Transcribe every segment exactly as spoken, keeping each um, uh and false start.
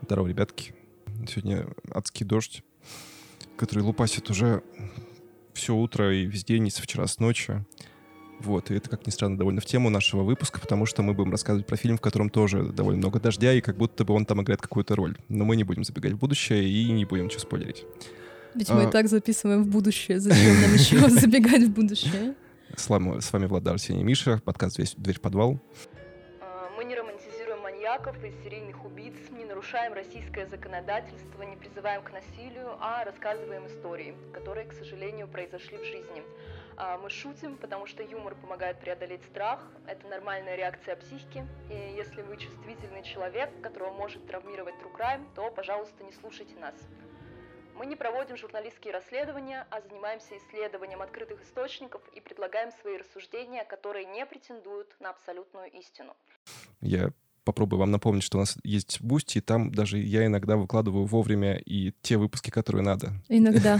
Здорово, ребятки. Сегодня адский дождь, который лупасит уже все утро и весь день, и со вчера с ночи. Вот, и это, как ни странно, довольно в тему нашего выпуска, потому что мы будем рассказывать про фильм, в котором тоже довольно много дождя, и как будто бы он там играет какую-то роль. Но мы не будем забегать в будущее и не будем ничего спойлерить. Ведь а... мы и так записываем в будущее. Зачем нам еще забегать в будущее? С вами, с вами Влад, Арсений и Миша, подкаст «Дверь в подвал». Мы не романтизируем маньяков и серийных убийц, не нарушаем российское законодательство, не призываем к насилию, а рассказываем истории, которые, к сожалению, произошли в жизни. Мы шутим, потому что юмор помогает преодолеть страх, это нормальная реакция психики, и если вы чувствительный человек, которого может травмировать true crime, то, пожалуйста, не слушайте нас. Мы не проводим журналистские расследования, а занимаемся исследованием открытых источников и предлагаем свои рассуждения, которые не претендуют на абсолютную истину. Я попробую вам напомнить, что у нас есть Boosty, и там даже я иногда выкладываю вовремя и те выпуски, которые надо. Иногда.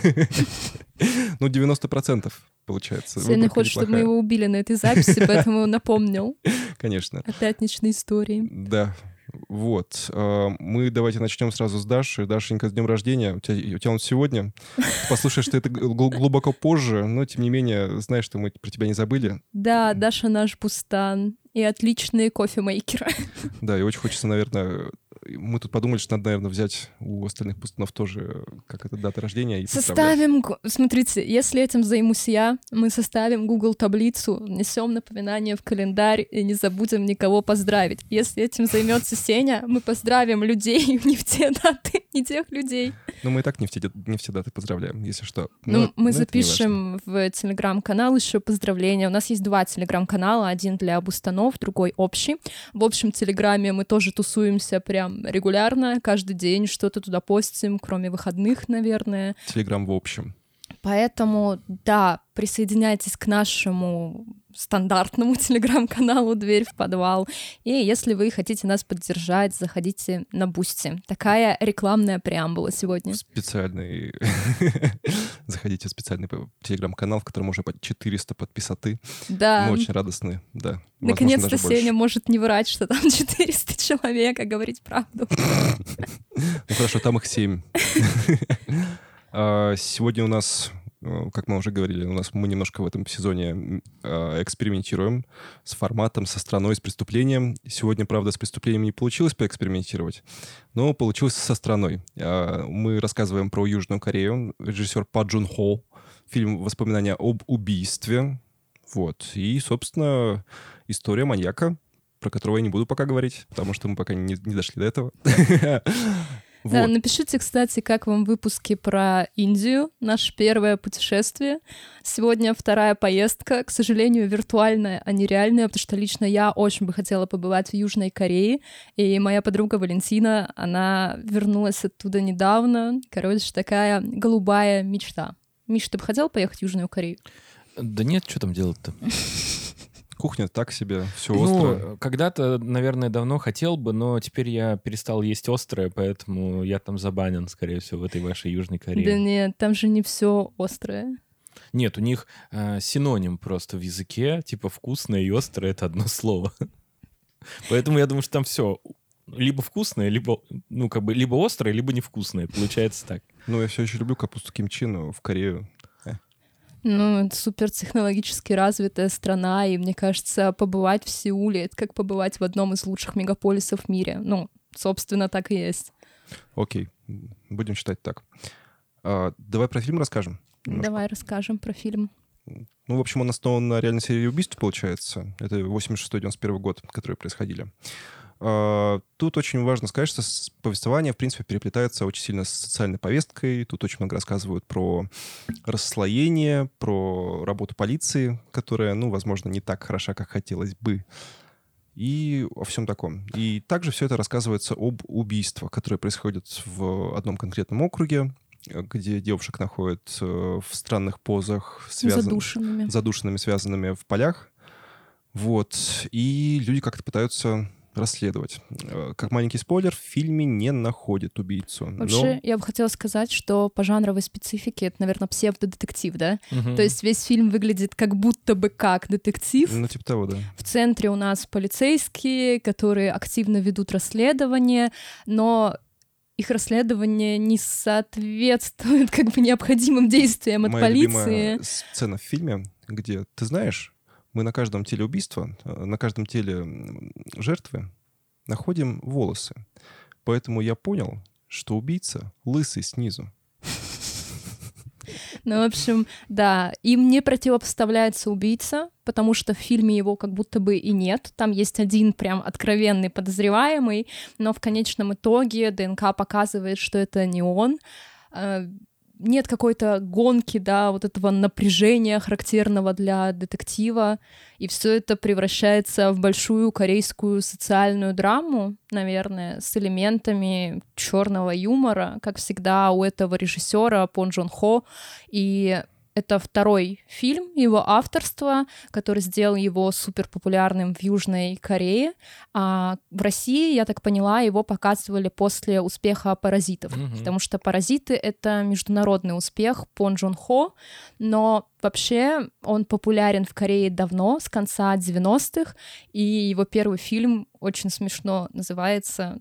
Ну, девяносто процентов получается. Сеня хочет, чтобы мы его убили на этой записи, поэтому напомнил. Конечно. О пятничной истории. Да. Вот. Мы давайте начнем сразу с Даши. Дашенька, с днем рождения. У тебя, у тебя он сегодня. Послушаешь, что это глубоко позже, но, тем не менее, знаешь, что мы про тебя не забыли. Да, Даша наш бустан. И отличные кофемейкеры. Да, и очень хочется, наверное... Мы тут подумали, что надо, наверное, взять у остальных пустанов тоже как это дата рождения. И составим... Смотрите, если этим займусь я, мы составим Google таблицу, внесем напоминание в календарь и не забудем никого поздравить. Если этим займется Сеня, мы поздравим людей не в те даты, не тех людей. Ну, мы и так не в те, не в те даты поздравляем, если что. Ну, но, мы но запишем в телеграм-канал еще поздравления. У нас есть два телеграм-канала, один для бустанов, другой общий. В общем телеграме мы тоже тусуемся прям регулярно, каждый день что-то туда постим, кроме выходных, наверное. Телеграм в общем. Поэтому, да, присоединяйтесь к нашему стандартному телеграм-каналу «Дверь в подвал». И если вы хотите нас поддержать, заходите на Boosty. Такая рекламная преамбула сегодня. Специальный... Заходите в специальный телеграм-канал, в котором уже под четыреста подписоты. Да. Мы очень радостны, да. Наконец-то Сеня может не врать, что там четыреста человек, а говорить правду. Ну хорошо, там их семь. Сегодня у нас, как мы уже говорили, у нас мы немножко в этом сезоне экспериментируем с форматом, со страной, с преступлением. Сегодня, правда, с преступлением не получилось поэкспериментировать, но получилось со страной. Мы рассказываем про Южную Корею. Режиссер Па Джун Хо. Фильм «Воспоминания об убийстве». Вот. И, собственно, история маньяка, про которого я не буду пока говорить, потому что мы пока не, не дошли до этого. Вот. Да, напишите, кстати, как вам выпуски про Индию, наше первое путешествие. Сегодня вторая поездка, к сожалению, виртуальная, а не реальная, потому что лично я очень бы хотела побывать в Южной Корее, и моя подруга Валентина, она вернулась оттуда недавно. Короче, такая голубая мечта. Миш, ты бы хотел поехать в Южную Корею? Да нет, что там делать-то? Кухня так себе, все острое. Ну, когда-то, наверное, давно хотел бы, но теперь я перестал есть острое, поэтому я там забанен, скорее всего, в этой вашей Южной Корее. Да нет, там же не все острое. Нет, у них э, синоним просто в языке, типа вкусное и острое — это одно слово. Поэтому я думаю, что там все либо вкусное, либо, ну, как бы, либо острое, либо невкусное. Получается так. Ну, я все еще люблю капусту кимчи, но в Корею... Ну, это супертехнологически развитая страна, и, мне кажется, побывать в Сеуле — это как побывать в одном из лучших мегаполисов в мире. Ну, собственно, так и есть. Окей, будем считать так. А, давай про фильм расскажем. Немножко. Давай расскажем про фильм. Ну, в общем, он основан на реальной серии убийств, получается. Это восемьдесят шестой — девяносто первый год, которые происходили. Тут очень важно сказать, что повествование, в принципе, переплетается очень сильно с социальной повесткой. Тут очень много рассказывают про расслоение, про работу полиции, которая, ну, возможно, не так хороша, как хотелось бы. И о всем таком. И также все это рассказывается об убийствах, которые происходят в одном конкретном округе, где девушек находят в странных позах, связан... задушенными. задушенными, связанными в полях. Вот. И люди как-то пытаются расследовать. Как маленький спойлер, в фильме не находят убийцу. Вообще, но... я бы хотела сказать, что по жанровой специфике это, наверное, псевдодетектив, да? Угу. То есть весь фильм выглядит как будто бы как детектив. Ну, типа того, да. В центре у нас полицейские, которые активно ведут расследование, но их расследование не соответствует как бы необходимым действиям от Моя полиции. Любимая сцена в фильме, где, ты знаешь, мы на каждом теле убийства, на каждом теле жертвы находим волосы. Поэтому я понял, что убийца лысый снизу. Ну, в общем, да, им не противопоставляется убийца, потому что в фильме его как будто бы и нет. Там есть один прям откровенный подозреваемый, но в конечном итоге ДНК показывает, что это не он. Нет какой-то гонки, да, вот этого напряжения, характерного для детектива, и все это превращается в большую корейскую социальную драму, наверное, с элементами черного юмора, как всегда у этого режиссера Пон Джон Хо, и это второй фильм его авторства, который сделал его суперпопулярным в Южной Корее. А в России, я так поняла, его показывали после успеха «Паразитов», mm-hmm. потому что «Паразиты» — это международный успех Пон Джон Хо, но вообще он популярен в Корее давно, с конца девяностых, и его первый фильм очень смешно называется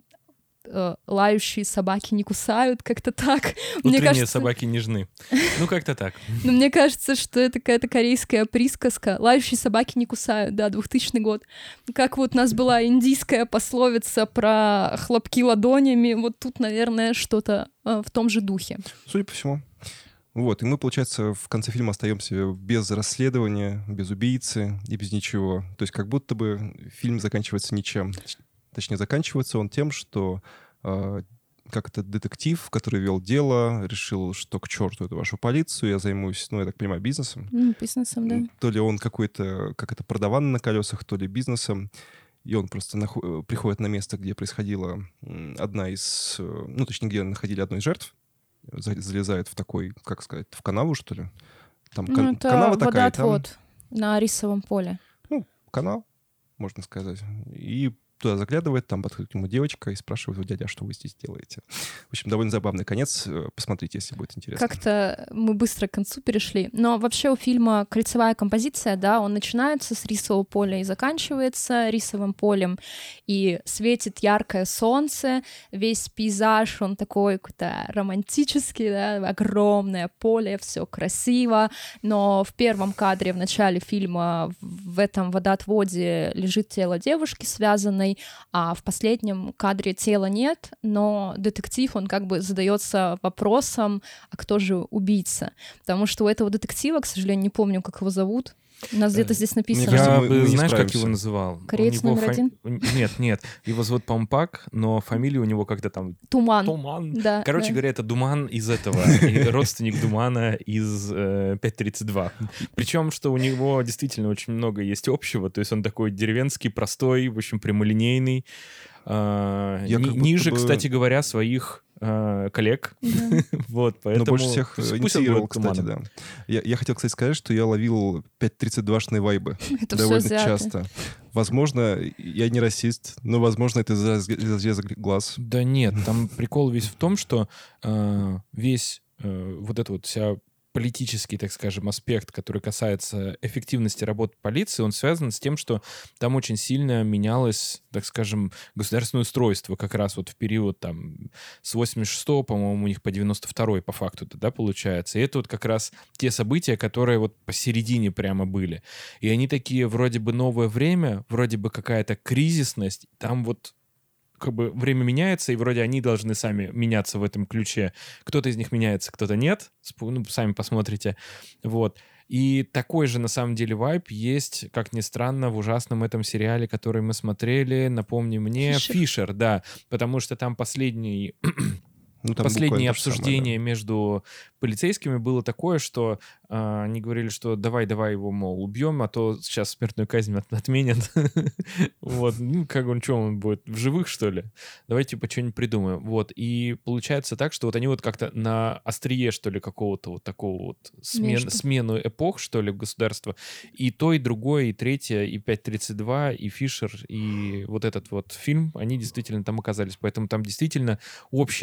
«Лающие собаки не кусают», как-то так. Утренние мне кажется... собаки нежны. Ну, как-то так. Ну, мне кажется, что это какая-то корейская присказка. «Лающие собаки не кусают», да, двухтысячный год. Как вот у нас была индийская пословица про хлопки ладонями, вот тут, наверное, что-то э, в том же духе. Судя по всему. Вот, и мы, получается, в конце фильма остаемся без расследования, без убийцы и без ничего. То есть как будто бы фильм заканчивается ничем. Точнее, заканчивается он тем, что э, как это детектив, который вел дело, решил, что к черту эту вашу полицию, я займусь, ну, я так понимаю, бизнесом. Mm, бизнесом, да. То ли он какой-то, как это, продаван на колесах, то ли бизнесом. И он просто нахо- приходит на место, где происходила одна из... Ну, точнее, где находили одну из жертв. Залезает в такой, как сказать, в канаву, что ли? Там ну, кан- это канава такая. водоотвод там... на рисовом поле. Ну, канал, можно сказать. И туда заглядывает, там подходит к нему девочка и спрашивает: дядя, что вы здесь делаете? В общем, довольно забавный конец. Посмотрите, если будет интересно. Как-то мы быстро к концу перешли. Но вообще у фильма кольцевая композиция, да, он начинается с рисового поля и заканчивается рисовым полем. И светит яркое солнце, весь пейзаж, он такой какой-то романтический, да, огромное поле, все красиво. Но в первом кадре, в начале фильма, в этом водоотводе лежит тело девушки, связанной, а в последнем кадре тела нет, но детектив, он как бы задается вопросом, а кто же убийца? Потому что у этого детектива, к сожалению, не помню, как его зовут. У нас где-то здесь написано. Мне кажется, я мы, бы, мы знаешь, как его называл? Кореец номер фа... один? Нет, нет. Его зовут Пампак, но фамилия у него как-то там... Туман. Туман. Да, Короче да. говоря, это Думан из этого. Родственник Думана из э, пять тридцать два. Причем, что у него действительно очень много есть общего. То есть он такой деревенский, простой, в общем, прямолинейный. Э, ни, ниже, бы... кстати говоря, своих... коллег. Да. Вот, поэтому... Но больше всех инициировал, кстати, да. Я, я хотел, кстати, сказать, что я ловил пять тридцать два-шные вайбы. Это довольно часто. Возможно, я не расист, но, возможно, это из разреза глаз. Да нет, там прикол весь в том, что э, весь э, вот эта вот вся политический, так скажем, аспект, который касается эффективности работы полиции, он связан с тем, что там очень сильно менялось, так скажем, государственное устройство как раз вот в период там с восемьдесят шестого, по-моему, у них по девяносто второй по факту, да, получается. И это вот как раз те события, которые вот посередине прямо были. И они такие вроде бы новое время, вроде бы какая-то кризисность, там вот как бы время меняется, и вроде они должны сами меняться в этом ключе. Кто-то из них меняется, кто-то нет. Ну, сами посмотрите. Вот. И такой же, на самом деле, вайб есть, как ни странно, в ужасном этом сериале, который мы смотрели, напомни мне, Фишер, Фишер, да. Потому что там последний... Ну, там Последнее обсуждение самое, да. между полицейскими было такое, что э, они говорили, что давай-давай его, мол, убьем, а то сейчас смертную казнь от, отменят. Вот, ну, как он, что, он будет в живых, что ли? Давайте типа что-нибудь придумаем. Вот, и получается так, что вот они вот как-то на острие, что ли, какого-то вот такого вот смен, смену эпох, что ли, государства. И то, и другое, и третье, и пять тридцать два, и Фишер, и вот этот вот фильм, они действительно там оказались. Поэтому там действительно общие какие-то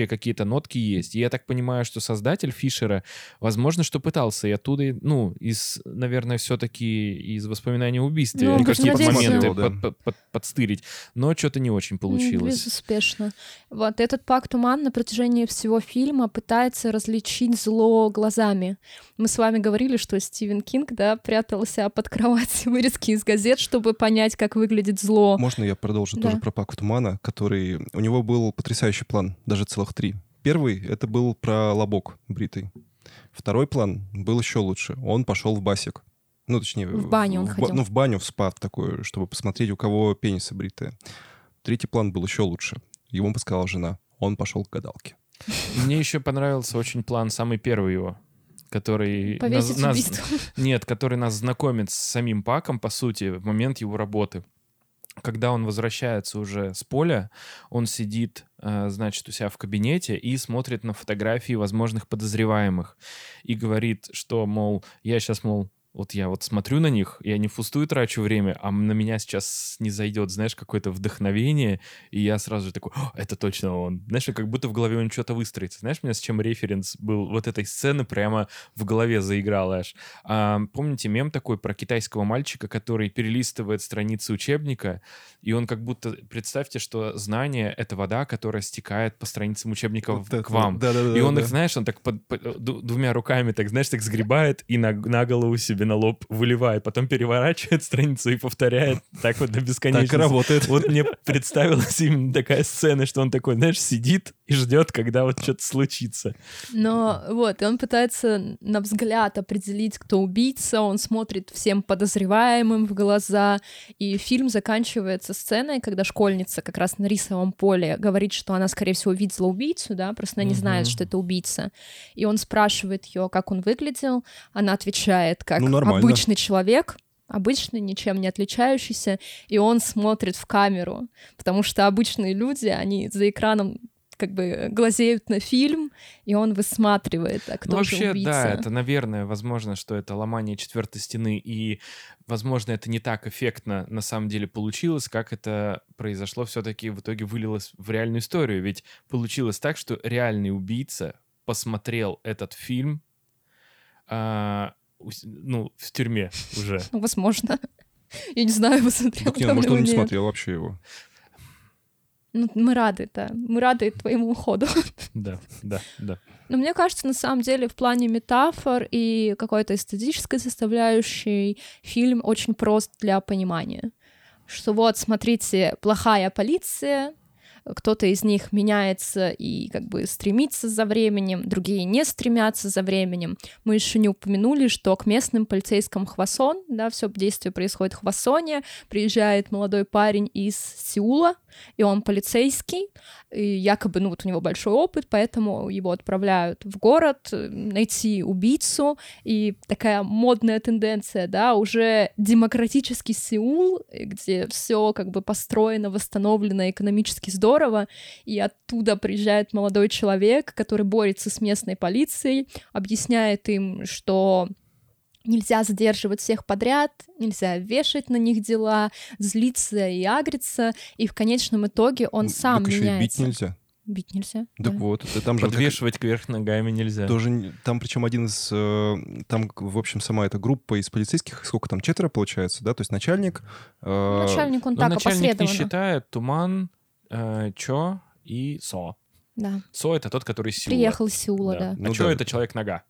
нотки есть. И я так понимаю, что создатель Фишера, возможно, что пытался и оттуда, ну, из, наверное, все-таки из воспоминаний о убийстве Ну, какие-то моменты его, да. под, под, под, подстырить. Но что-то не очень получилось. Безуспешно. Вот этот Пак Туман на протяжении всего фильма пытается различить зло глазами. Мы с вами говорили, что Стивен Кинг, да, прятался под кровать, вырезки из газет, чтобы понять, как выглядит зло. Можно я продолжу Да. тоже про Пака Тумана, который... У него был потрясающий план, даже целых три. Первый — это был про лобок бритый. Второй план был еще лучше. Он пошел в басик. Ну, точнее... В баню он в, ходил. Ну, в баню, в спа такую, чтобы посмотреть, у кого пенисы бритые. Третий план был еще лучше. Ему подсказала жена. Он пошел к гадалке. Мне еще понравился очень план, самый первый его, который... Повесить нас- нас- убийство. Нет, который нас знакомит с самим Паком, по сути, в момент его работы. Когда он возвращается уже с поля, он сидит, э, значит, у себя в кабинете и смотрит на фотографии возможных подозреваемых. И говорит, что, мол, я сейчас, мол, вот я вот смотрю на них, я не впустую трачу время, а на меня сейчас не зайдет, знаешь, какое-то вдохновение, и я сразу же такой: «О, это точно он». Знаешь, как будто в голове у него что-то выстроится. Знаешь, у меня с чем референс был вот этой сцены прямо в голове заиграл аж. А, помните мем такой про китайского мальчика, который перелистывает страницы учебника, и он как будто, представьте, что знание — это вода, которая стекает по страницам учебника Вот в- это к вам. вот. Да-да-да, И он да. их, знаешь, он так под- под- ду- двумя руками, так, знаешь, так сгребает и на, на голову себе на лоб выливает, потом переворачивает страницу и повторяет так вот до бесконечности. Так и работает. Вот мне представилась именно такая сцена, что он такой, знаешь, сидит и ждет, когда вот что-то случится. Но вот, и он пытается на взгляд определить, кто убийца, он смотрит всем подозреваемым в глаза, и фильм заканчивается сценой, когда школьница как раз на рисовом поле говорит, что она, скорее всего, видела убийцу, да, просто она не знает, Мгм. что это убийца. И он спрашивает ее, как он выглядел, она отвечает, как Ну, нормально. обычный человек, обычный, ничем не отличающийся, и он смотрит в камеру, потому что обычные люди, они за экраном как бы глазеют на фильм, и он высматривает, а кто Ну, же вообще, убийца. да, это, наверное, возможно, что это ломание четвертой стены, и, возможно, это не так эффектно на самом деле получилось, как это произошло все-таки в итоге вылилось в реальную историю. Ведь получилось так, что реальный убийца посмотрел этот фильм, а, у с- ну, в тюрьме уже. Ну, возможно. Я не знаю, посмотрел Так нет, там может, или он не нет. смотрел вообще его. Ну, мы рады, да. Мы рады твоему уходу. Да, да, да. Но мне кажется, на самом деле, в плане метафор и какой-то эстетической составляющей фильм очень прост для понимания. Что вот, смотрите, плохая полиция, кто-то из них меняется и как бы стремится за временем, другие не стремятся за временем. Мы еще не упомянули, что к местным полицейским Хвасон, да, все действие происходит в Хвасоне, приезжает молодой парень из Сеула, и он полицейский, и якобы, ну вот у него большой опыт, поэтому его отправляют в город э, найти убийцу, и такая модная тенденция, да, уже демократический Сеул, где все как бы построено, восстановлено экономически здорово, и оттуда приезжает молодой человек, который борется с местной полицией, объясняет им, что нельзя задерживать всех подряд, нельзя вешать на них дела, злиться и агриться, и в конечном итоге он М, сам так еще меняется. и бить нельзя. Бить нельзя. Так да. вот, это там же... как- Подвешивать кверх ногами нельзя. Тоже не- там, причем один из... э, Там, в общем, сама эта группа из полицейских, сколько там, четверо получается, да? То есть начальник... э, Начальник он Но так начальник не опосредованно. считает Туман, э, Чо и Со. Да. Со — это тот, который из Сеула. Приехал из Сеула, да. А Ну Чо — да. это человек-нога.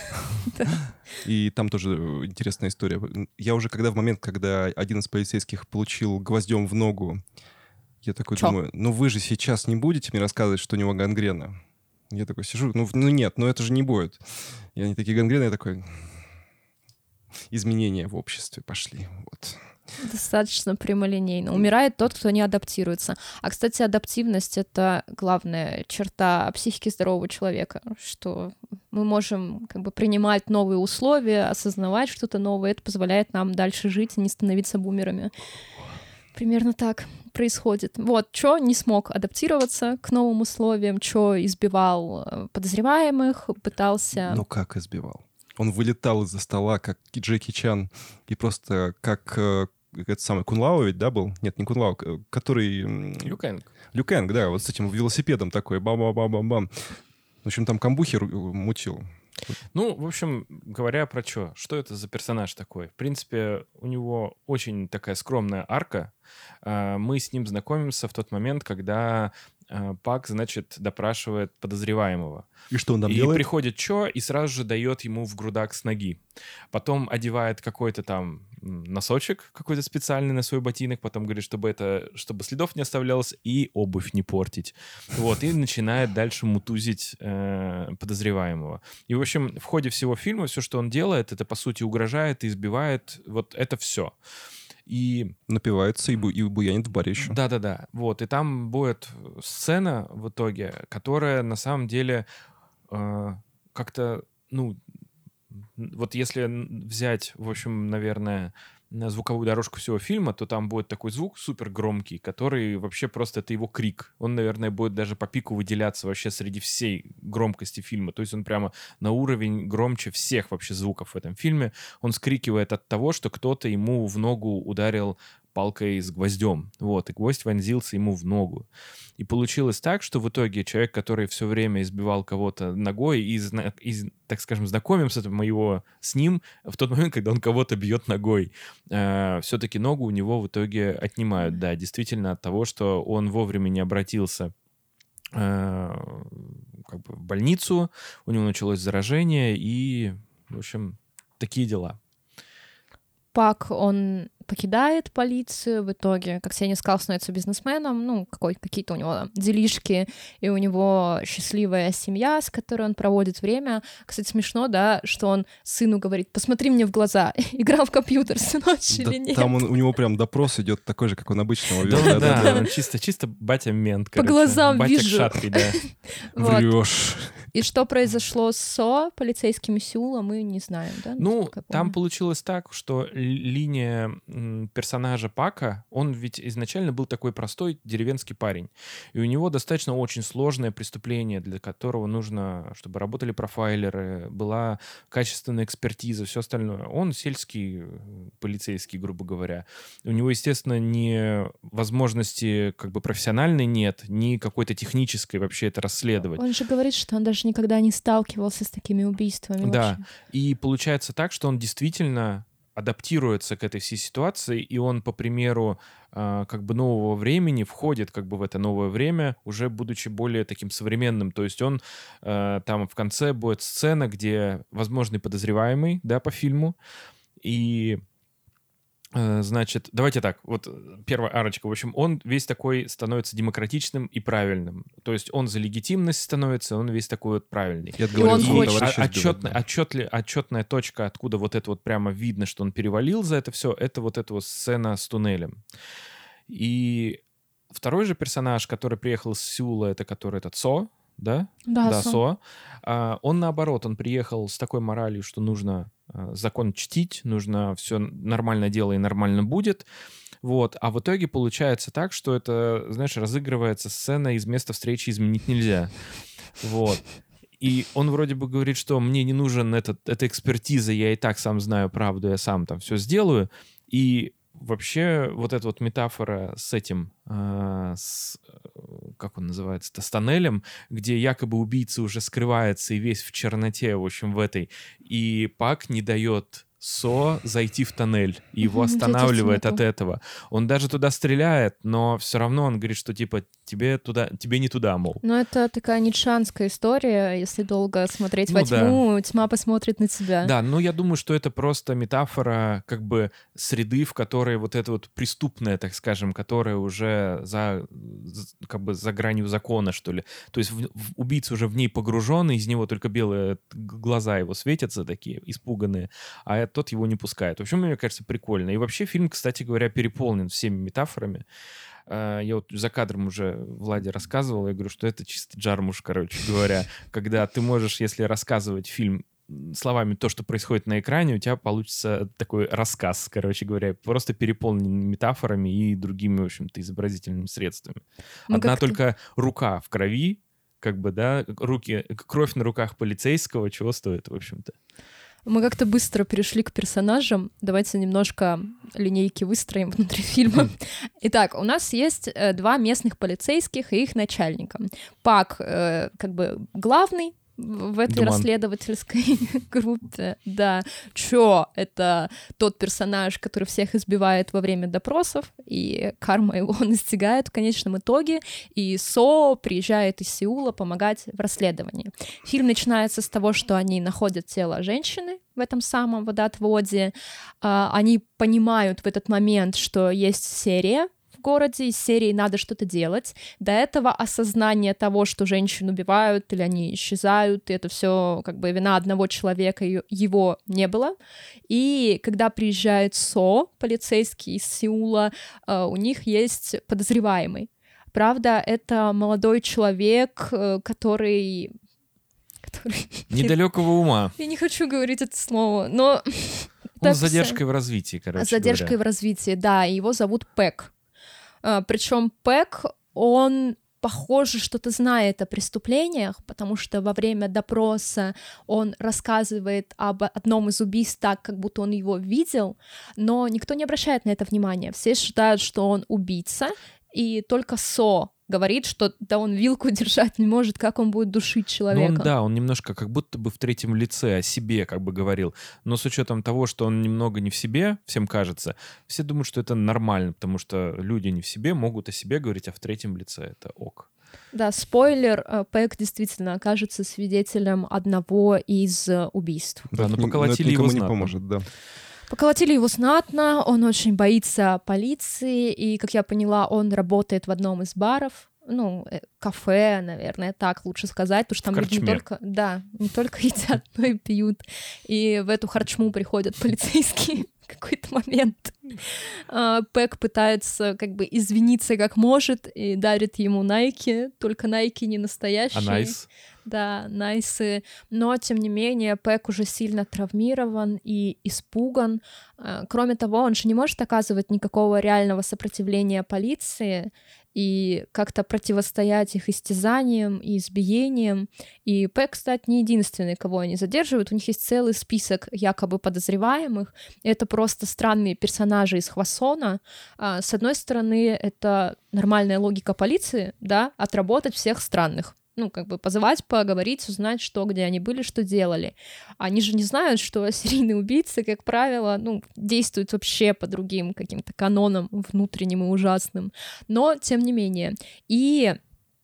И там тоже э, интересная история. Я уже когда в момент, когда один из полицейских получил гвоздем в ногу, я такой Чё? думаю, ну вы же сейчас не будете мне рассказывать, что у него гангрена. Я такой сижу, ну, ну нет, ну это же не будет. И они такие гангрены, я такой... Изменения в обществе пошли. Вот. Достаточно прямолинейно. Умирает тот, кто не адаптируется. А, кстати, адаптивность — это главная черта психики здорового человека, что мы можем как бы принимать новые условия, осознавать что-то новое. Это позволяет нам дальше жить и не становиться бумерами. Примерно так происходит. Вот, Чо не смог адаптироваться к новым условиям, Чо избивал э, подозреваемых, пытался... Ну как избивал? Он вылетал из-за стола, как Джеки Чан, и просто как... э, этот самый Кунлао ведь, да, был? Нет, не Кунлао, к- который... м, Люкенг. Люкенг, да, вот с этим велосипедом такой, бам-бам-бам-бам-бам. В общем, там камбухи мутил. Ну, в общем, говоря про что, что это за персонаж такой? В принципе, у него очень такая скромная арка. Мы с ним знакомимся в тот момент, когда Пак, значит, допрашивает подозреваемого. И что он там и делает? И приходит Чо и сразу же дает ему в грудак с ноги. Потом одевает какой-то там носочек какой-то специальный на свой ботинок, потом говорит, чтобы это, чтобы следов не оставлялось и обувь не портить. Вот, и начинает дальше мутузить э, подозреваемого. И, в общем, в ходе всего фильма все, что он делает, это, по сути, угрожает и избивает. Вот это все. И... Напивается и, бу- и буянит в баре еще. Да-да-да. Вот. И там будет сцена в итоге, которая на самом деле э, как-то, ну, вот если взять, в общем, наверное, звуковую дорожку всего фильма, то там будет такой звук супер громкий, который вообще просто это его крик. Он, наверное, будет даже по пику выделяться вообще среди всей громкости фильма. То есть он прямо на уровень громче всех вообще звуков в этом фильме. Он скрикивает от того, что кто-то ему в ногу ударил палкой с гвоздем. Вот, и гвоздь вонзился ему в ногу. И получилось так, что в итоге человек, который все время избивал кого-то ногой, и, и так скажем, знакомимся мы его с ним в тот момент, когда он кого-то бьет ногой, э, все-таки ногу у него в итоге отнимают. Да, действительно от того, что он вовремя не обратился э, как бы в больницу, у него началось заражение, и, в общем, такие дела. Пак, он покидает полицию, в итоге, как Сеня сказал, становится бизнесменом, ну, какой, какие-то у него делишки, и у него счастливая семья, с которой он проводит время. Кстати, смешно, да, что он сыну говорит: посмотри мне в глаза, играл в компьютер всю ночь да, или нет? Там он, у него прям допрос идет такой же, как он обычно его вел. Да, да, да, он чисто, чисто батя-мент, короче. По глазам батя вижу. Кшатри, да. Врешь. И что произошло с Со, полицейским Сеула, мы не знаем, да? Ну, там получилось так, что линия персонажа Пака, он ведь изначально был такой простой деревенский парень. И у него достаточно очень сложное преступление, для которого нужно, чтобы работали профайлеры, была качественная экспертиза, все остальное. Он сельский полицейский, грубо говоря. У него, естественно, ни возможности как бы профессиональной нет, ни какой-то технической вообще это расследовать. Он же говорит, что он даже никогда не сталкивался с такими убийствами. Да, вообще. И получается так, что он действительно адаптируется к этой всей ситуации, и он, по примеру, э, как бы нового времени входит как бы в это новое время, уже будучи более таким современным. То есть он э, там в конце будет сцена, где возможный подозреваемый, да, по фильму, и значит, давайте так, вот первая арочка. В общем, он весь такой становится демократичным и правильным. То есть он за легитимность становится, он весь такой вот правильный. Я говорю, и он хочет... отчетная, отчетли, отчетная точка, откуда вот это вот прямо видно, что он перевалил за это все, это вот эта вот сцена с туннелем. И второй же персонаж, который приехал с Сеула, это который это Цо, да? Да, да Со. Со. А, он наоборот, он приехал с такой моралью, что нужно а, закон чтить, нужно все нормально дело и нормально будет. Вот. А в итоге получается так, что это, знаешь, разыгрывается сцена из места встречи изменить нельзя. Вот. И он вроде бы говорит, что мне не нужен этот, эта экспертиза, я и так сам знаю правду, я сам там все сделаю. И вообще вот эта вот метафора с этим, э, с, как он называется-то, с тоннелем, где якобы убийца уже скрывается и весь в черноте, в общем, в этой, и Пак не дает Со зайти в тоннель, и его останавливает от этого. Он даже туда стреляет, но все равно он говорит, что типа тебе туда, тебе не туда, мол. Ну это такая ницшанская история, если долго смотреть ну, во тьму, да. тьма посмотрит на тебя. Да, но я думаю, что это просто метафора как бы среды, в которой вот это вот преступное, так скажем, которое уже за, как бы за гранью закона, что ли. То есть в, в, убийца уже в ней погружен, и из него только белые глаза его светятся такие, испуганные, а тот его не пускает. В общем, мне кажется, прикольно. И вообще фильм, кстати говоря, переполнен всеми метафорами. Я вот за кадром уже Владе рассказывал, я говорю, что это чисто джармуш, короче говоря. Когда ты можешь, если рассказывать фильм словами то, что происходит на экране, у тебя получится такой рассказ, короче говоря, просто переполнен метафорами и другими, в общем-то, изобразительными средствами. Ну, Одна как-то... только рука в крови, как бы, да, руки, кровь на руках полицейского, чего стоит, в общем-то. Мы как-то быстро перешли к персонажам. Давайте немножко линейки выстроим внутри фильма. Итак, у нас есть э, два местных полицейских и их начальника. Пак э, как бы главный в этой Думан. расследовательской группе. Да. Чо — это тот персонаж, который всех избивает во время допросов, и карма его настигает в конечном итоге, и Со приезжает из Сеула помогать в расследовании. Фильм начинается с того, что они находят тело женщины в этом самом водоотводе. Они понимают в этот момент, что есть серия в городе, из серии «Надо что-то делать». До этого осознание того, что женщин убивают или они исчезают, и это все как бы вина одного человека, его не было. И когда приезжает Со, полицейский из Сеула, у них есть подозреваемый. Правда, это молодой человек, который... который... Недалекого ума. Я не хочу говорить это слово, но... Он с задержкой в развитии, короче С задержкой говоря. в развитии, да, его зовут Пэк. Причем Пэк, он, похоже, что-то знает о преступлениях, потому что во время допроса он рассказывает об одном из убийств так, как будто он его видел, но никто не обращает на это внимания. Все считают, что он убийца, и только Со говорит, что да он вилку держать не может, как он будет душить человека. Ну, он, да, он немножко как будто бы в третьем лице о себе как бы говорил. Но с учетом того, что он немного не в себе, всем кажется, все думают, что это нормально, потому что люди не в себе могут о себе говорить, а в третьем лице это ок. Да, спойлер, Пэк действительно окажется свидетелем одного из убийств. Да, но но поколотили это его никому не знатно. поможет, да. Поколотили его знатно, он очень боится полиции, и, как я поняла, он работает в одном из баров, ну, кафе, наверное, так лучше сказать, потому что там люди не только, да, не только едят, но и пьют. И в эту харчму приходят полицейские в какой-то момент. Пэк пытается как бы извиниться как может и дарит ему найки, только найки не настоящие. А найс? Да, найсы. Но, тем не менее, Пэк уже сильно травмирован и испуган. Кроме того, он же не может оказывать никакого реального сопротивления полиции и как-то противостоять их истязаниям и избиениям. И Пэк, кстати, не единственный, кого они задерживают. У них есть целый список якобы подозреваемых. Это просто странные персонажи из Хвасона. С одной стороны, это нормальная логика полиции, да, отработать всех странных. Ну, как бы позывать, поговорить, узнать, что, где они были, что делали. Они же не знают, что серийные убийцы, как правило, ну, действуют вообще по другим каким-то канонам внутренним и ужасным. Но, тем не менее. И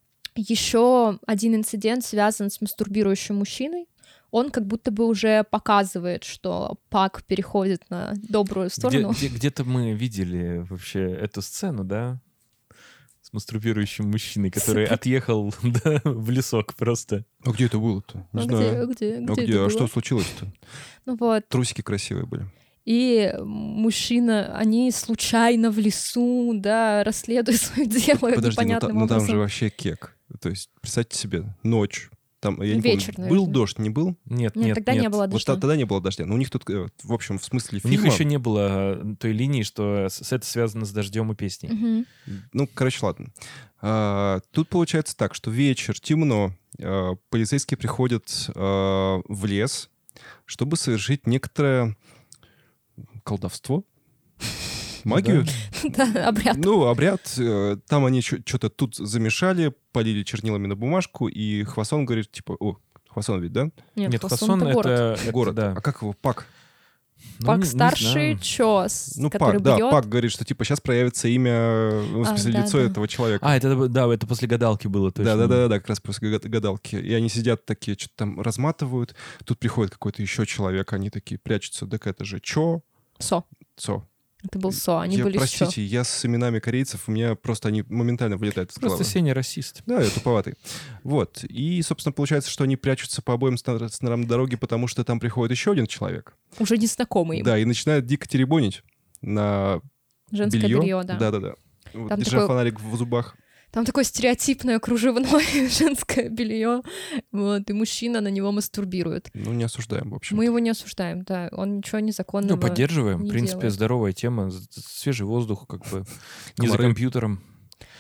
еще один инцидент связан с мастурбирующим мужчиной. Он как будто бы уже показывает, что Пак переходит на добрую сторону. Где, где, где-то мы видели вообще эту сцену, да? С мастурбирующим мужчиной, который Супер. отъехал да, в лесок просто. А где это было-то? Не А знаю. где, где, А где где? это А было? что случилось-то? Ну вот. Трусики красивые были. И мужчина, они случайно в лесу, да, расследуют свое дело Подожди, ну, та- непонятным ну там образом. же вообще кек. То есть, представьте себе, ночь. Там, я не Вечер, помню, был наверное. дождь, не был? Нет, Нет, нет, тогда нет. не было Вот дождя. та- тогда не было дождя. Но у них тут, э, в общем, в смысле У фильма... них еще не было э, той линии, что с- с- это связано с дождем и песней. Мгм. Ну, короче, ладно. А, тут получается так, что вечер, темно, а, полицейские приходят а, в лес, чтобы совершить некоторое колдовство, магию. Да, обряд. Ну, обряд. э, Там они что-то тут замешали, полили чернилами на бумажку, и Хвасон говорит, типа, о, Хвасон ведь, да? Нет, Нет, Хвасон — Хвасон это город. это, это Город. да. А как его? Пак? Ну, Пак не- не старший, знаю. чё, с- Ну, который Пак, да, бьет. Пак говорит, что, типа, сейчас проявится имя, ну, в А, смысле, да, лицо да. этого человека. А, это да, это после гадалки было точно. Да-да-да, как раз после гад- гадалки. И они сидят такие, что-то там разматывают. Тут приходит какой-то еще человек, они такие прячутся. Так это же Чо? Со. Цо. Это был Со, они я, были с Чо. простите, я с именами корейцев, у меня просто они моментально вылетают из Просто головы. Сеня расист. Да, я туповатый. Вот. И, собственно, получается, что они прячутся по обоим ста- сторонам дороги, потому что там приходит еще один человек. Уже незнакомые им. Да, и начинают дико теребонить на Женское белье. белье, да. Да-да-да. Вот, Там держа такой- фонарик в зубах. Там такое стереотипное кружевное женское белье. Вот, и мужчина на него мастурбирует. Ну, не осуждаем, в общем. Мы его не осуждаем, да. Он ничего незаконного. Ну, поддерживаем. не В принципе, делает. здоровая тема. з- Свежий воздух, как бы. Не за Комары. компьютером.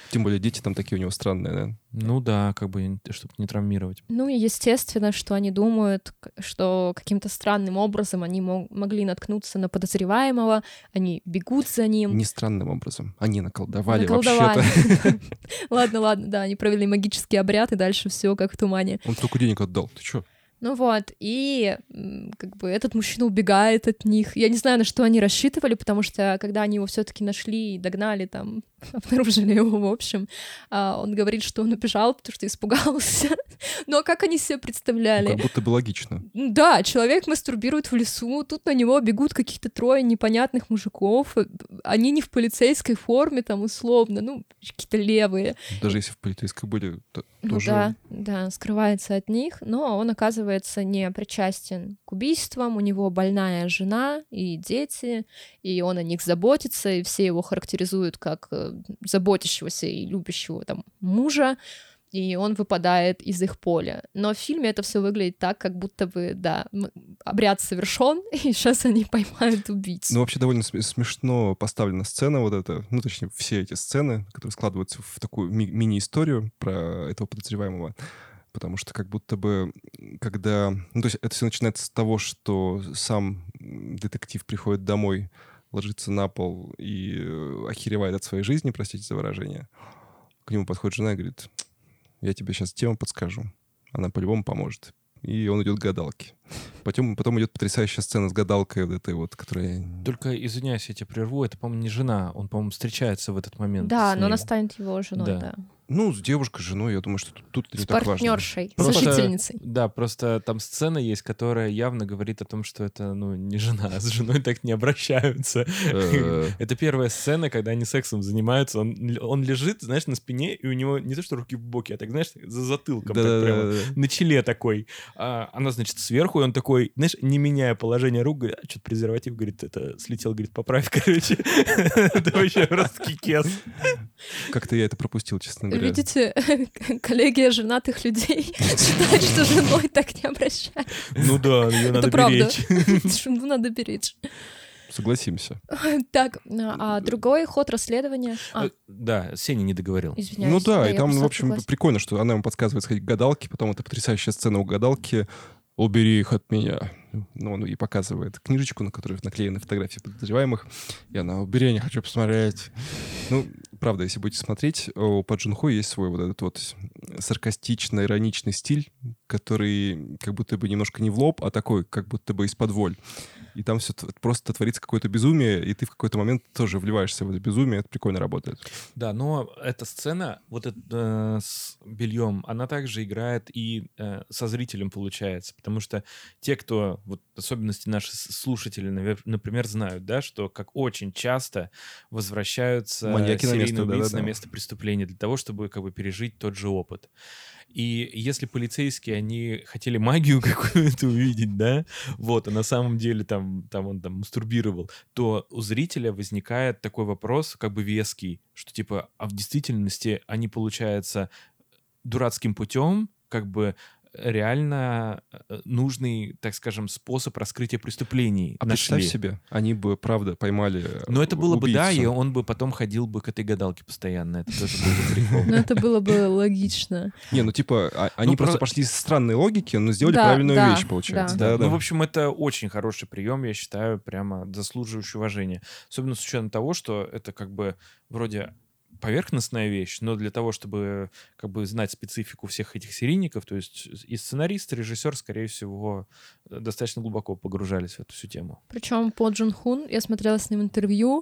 Тем более дети там такие у него странные, да? Ну да, как бы, чтобы не травмировать. Ну и естественно, что они думают, что каким-то странным образом они мог, могли наткнуться на подозреваемого, они бегут за ним. Не странным образом, они наколдовали, наколдовали. вообще-то. Ладно, ладно, да, они провели магический обряд, и дальше все как в тумане. Он столько денег отдал, ты чё? Ну вот, и как бы этот мужчина убегает от них. Я не знаю, на что они рассчитывали, потому что когда они его все-таки нашли и догнали, там, обнаружили его, в общем, он говорит, что он убежал, потому что испугался. Но как они себе представляли? Ну, как будто бы логично. Да, человек мастурбирует в лесу, тут на него бегут какие-то трое непонятных мужиков, они не в полицейской форме, там, условно, ну, какие-то левые. Даже если в полицейской были, то ну, тоже... Да, да, скрывается от них, но он оказывается не причастен к убийствам, у него больная жена и дети, и он о них заботится, и все его характеризуют как заботящегося и любящего там мужа, и он выпадает из их поля. Но в фильме это все выглядит так, как будто бы, да, обряд совершен, и сейчас они поймают убийцу. Ну, вообще довольно смешно поставлена сцена вот эта, ну, точнее, все эти сцены, которые складываются в такую ми- мини-историю про этого подозреваемого. Потому что как будто бы, когда... Ну, то есть это все начинается с того, что сам детектив приходит домой, ложится на пол и охеревает от своей жизни, простите за выражение. К нему подходит жена и говорит: я тебе сейчас тему подскажу. Она по-любому поможет. И он идет к гадалке. Потом, потом идет потрясающая сцена с гадалкой вот этой вот, которая... Только, извиняюсь, я тебя прерву, это, по-моему, не жена. Он, по-моему, встречается в этот момент. Да, но она станет его женой, да. да. Ну, с девушкой, женой, я думаю, что тут, тут не с так важно. С партнершей, просто, сожительницей. Да, просто там сцена есть, которая явно говорит о том, что это, ну, не жена, а с женой так не обращаются. Это первая сцена, когда они сексом занимаются, он лежит, знаешь, на спине, и у него не то, что руки в боки, а так, знаешь, за затылком, так прямо, на челе такой. Она, значит, сверху, и он такой, знаешь, не меняя положение рук, говорит: а что-то презерватив, говорит, это слетел, говорит, поправь, короче. Это вообще просто кикес. Как-то я это пропустил, честно говоря. Видите, коллегия женатых людей считает, что женой так не обращаются. Ну да, ее надо беречь. Жену надо беречь. Согласимся. Так, а другой ход расследования... А. Да, Сеня не договорил. Извиняюсь. Ну да, да и там, в общем, согласна. прикольно, что она ему подсказывает сходить к гадалке, потом эта потрясающая сцена у гадалки: убери их от меня. Ну, он ей показывает книжечку, на которой наклеены фотографии подозреваемых, и она: убери, я не хочу посмотреть. Ну, правда, если будете смотреть, у Па Джун Хо есть свой вот этот вот саркастично-ироничный стиль, который как будто бы немножко не в лоб, а такой, как будто бы из-под воль. И там все просто творится какое-то безумие, и ты в какой-то момент тоже вливаешься в это безумие, это прикольно работает. Да, но эта сцена, вот это э, с бельем, она также играет и э, со зрителем, получается, потому что те, кто, вот в особенности наши слушатели, например, знают, да, что как очень часто возвращаются маньяки серийные на место, убийцы да, да, на да. место преступления для того, чтобы как бы пережить тот же опыт. И если полицейские, они хотели магию какую-то увидеть, да, вот, а на самом деле там, там он там мастурбировал, то у зрителя возникает такой вопрос, как бы веский, что типа, а в действительности они, получается, дурацким путем, как бы, реально нужный, так скажем, способ раскрытия преступлений А нашли. представь себе, они бы, правда, поймали Но это было убийцу. бы, да, и он бы потом ходил бы к этой гадалке постоянно. Это тоже был бы прикол. Ну, это было бы логично. Не, ну типа, а, они Ну, просто про... пошли из странной логики, но сделали да, правильную да, вещь, получается. Да. Да, да. Ну, в общем, это очень хороший прием, я считаю, прямо заслуживающий уважения. Особенно с учетом того, что это как бы вроде поверхностная вещь, но для того, чтобы как бы знать специфику всех этих серийников, то есть и сценарист, и режиссер, скорее всего, достаточно глубоко погружались в эту всю тему. Причем По Джун Хун, я смотрела с ним интервью,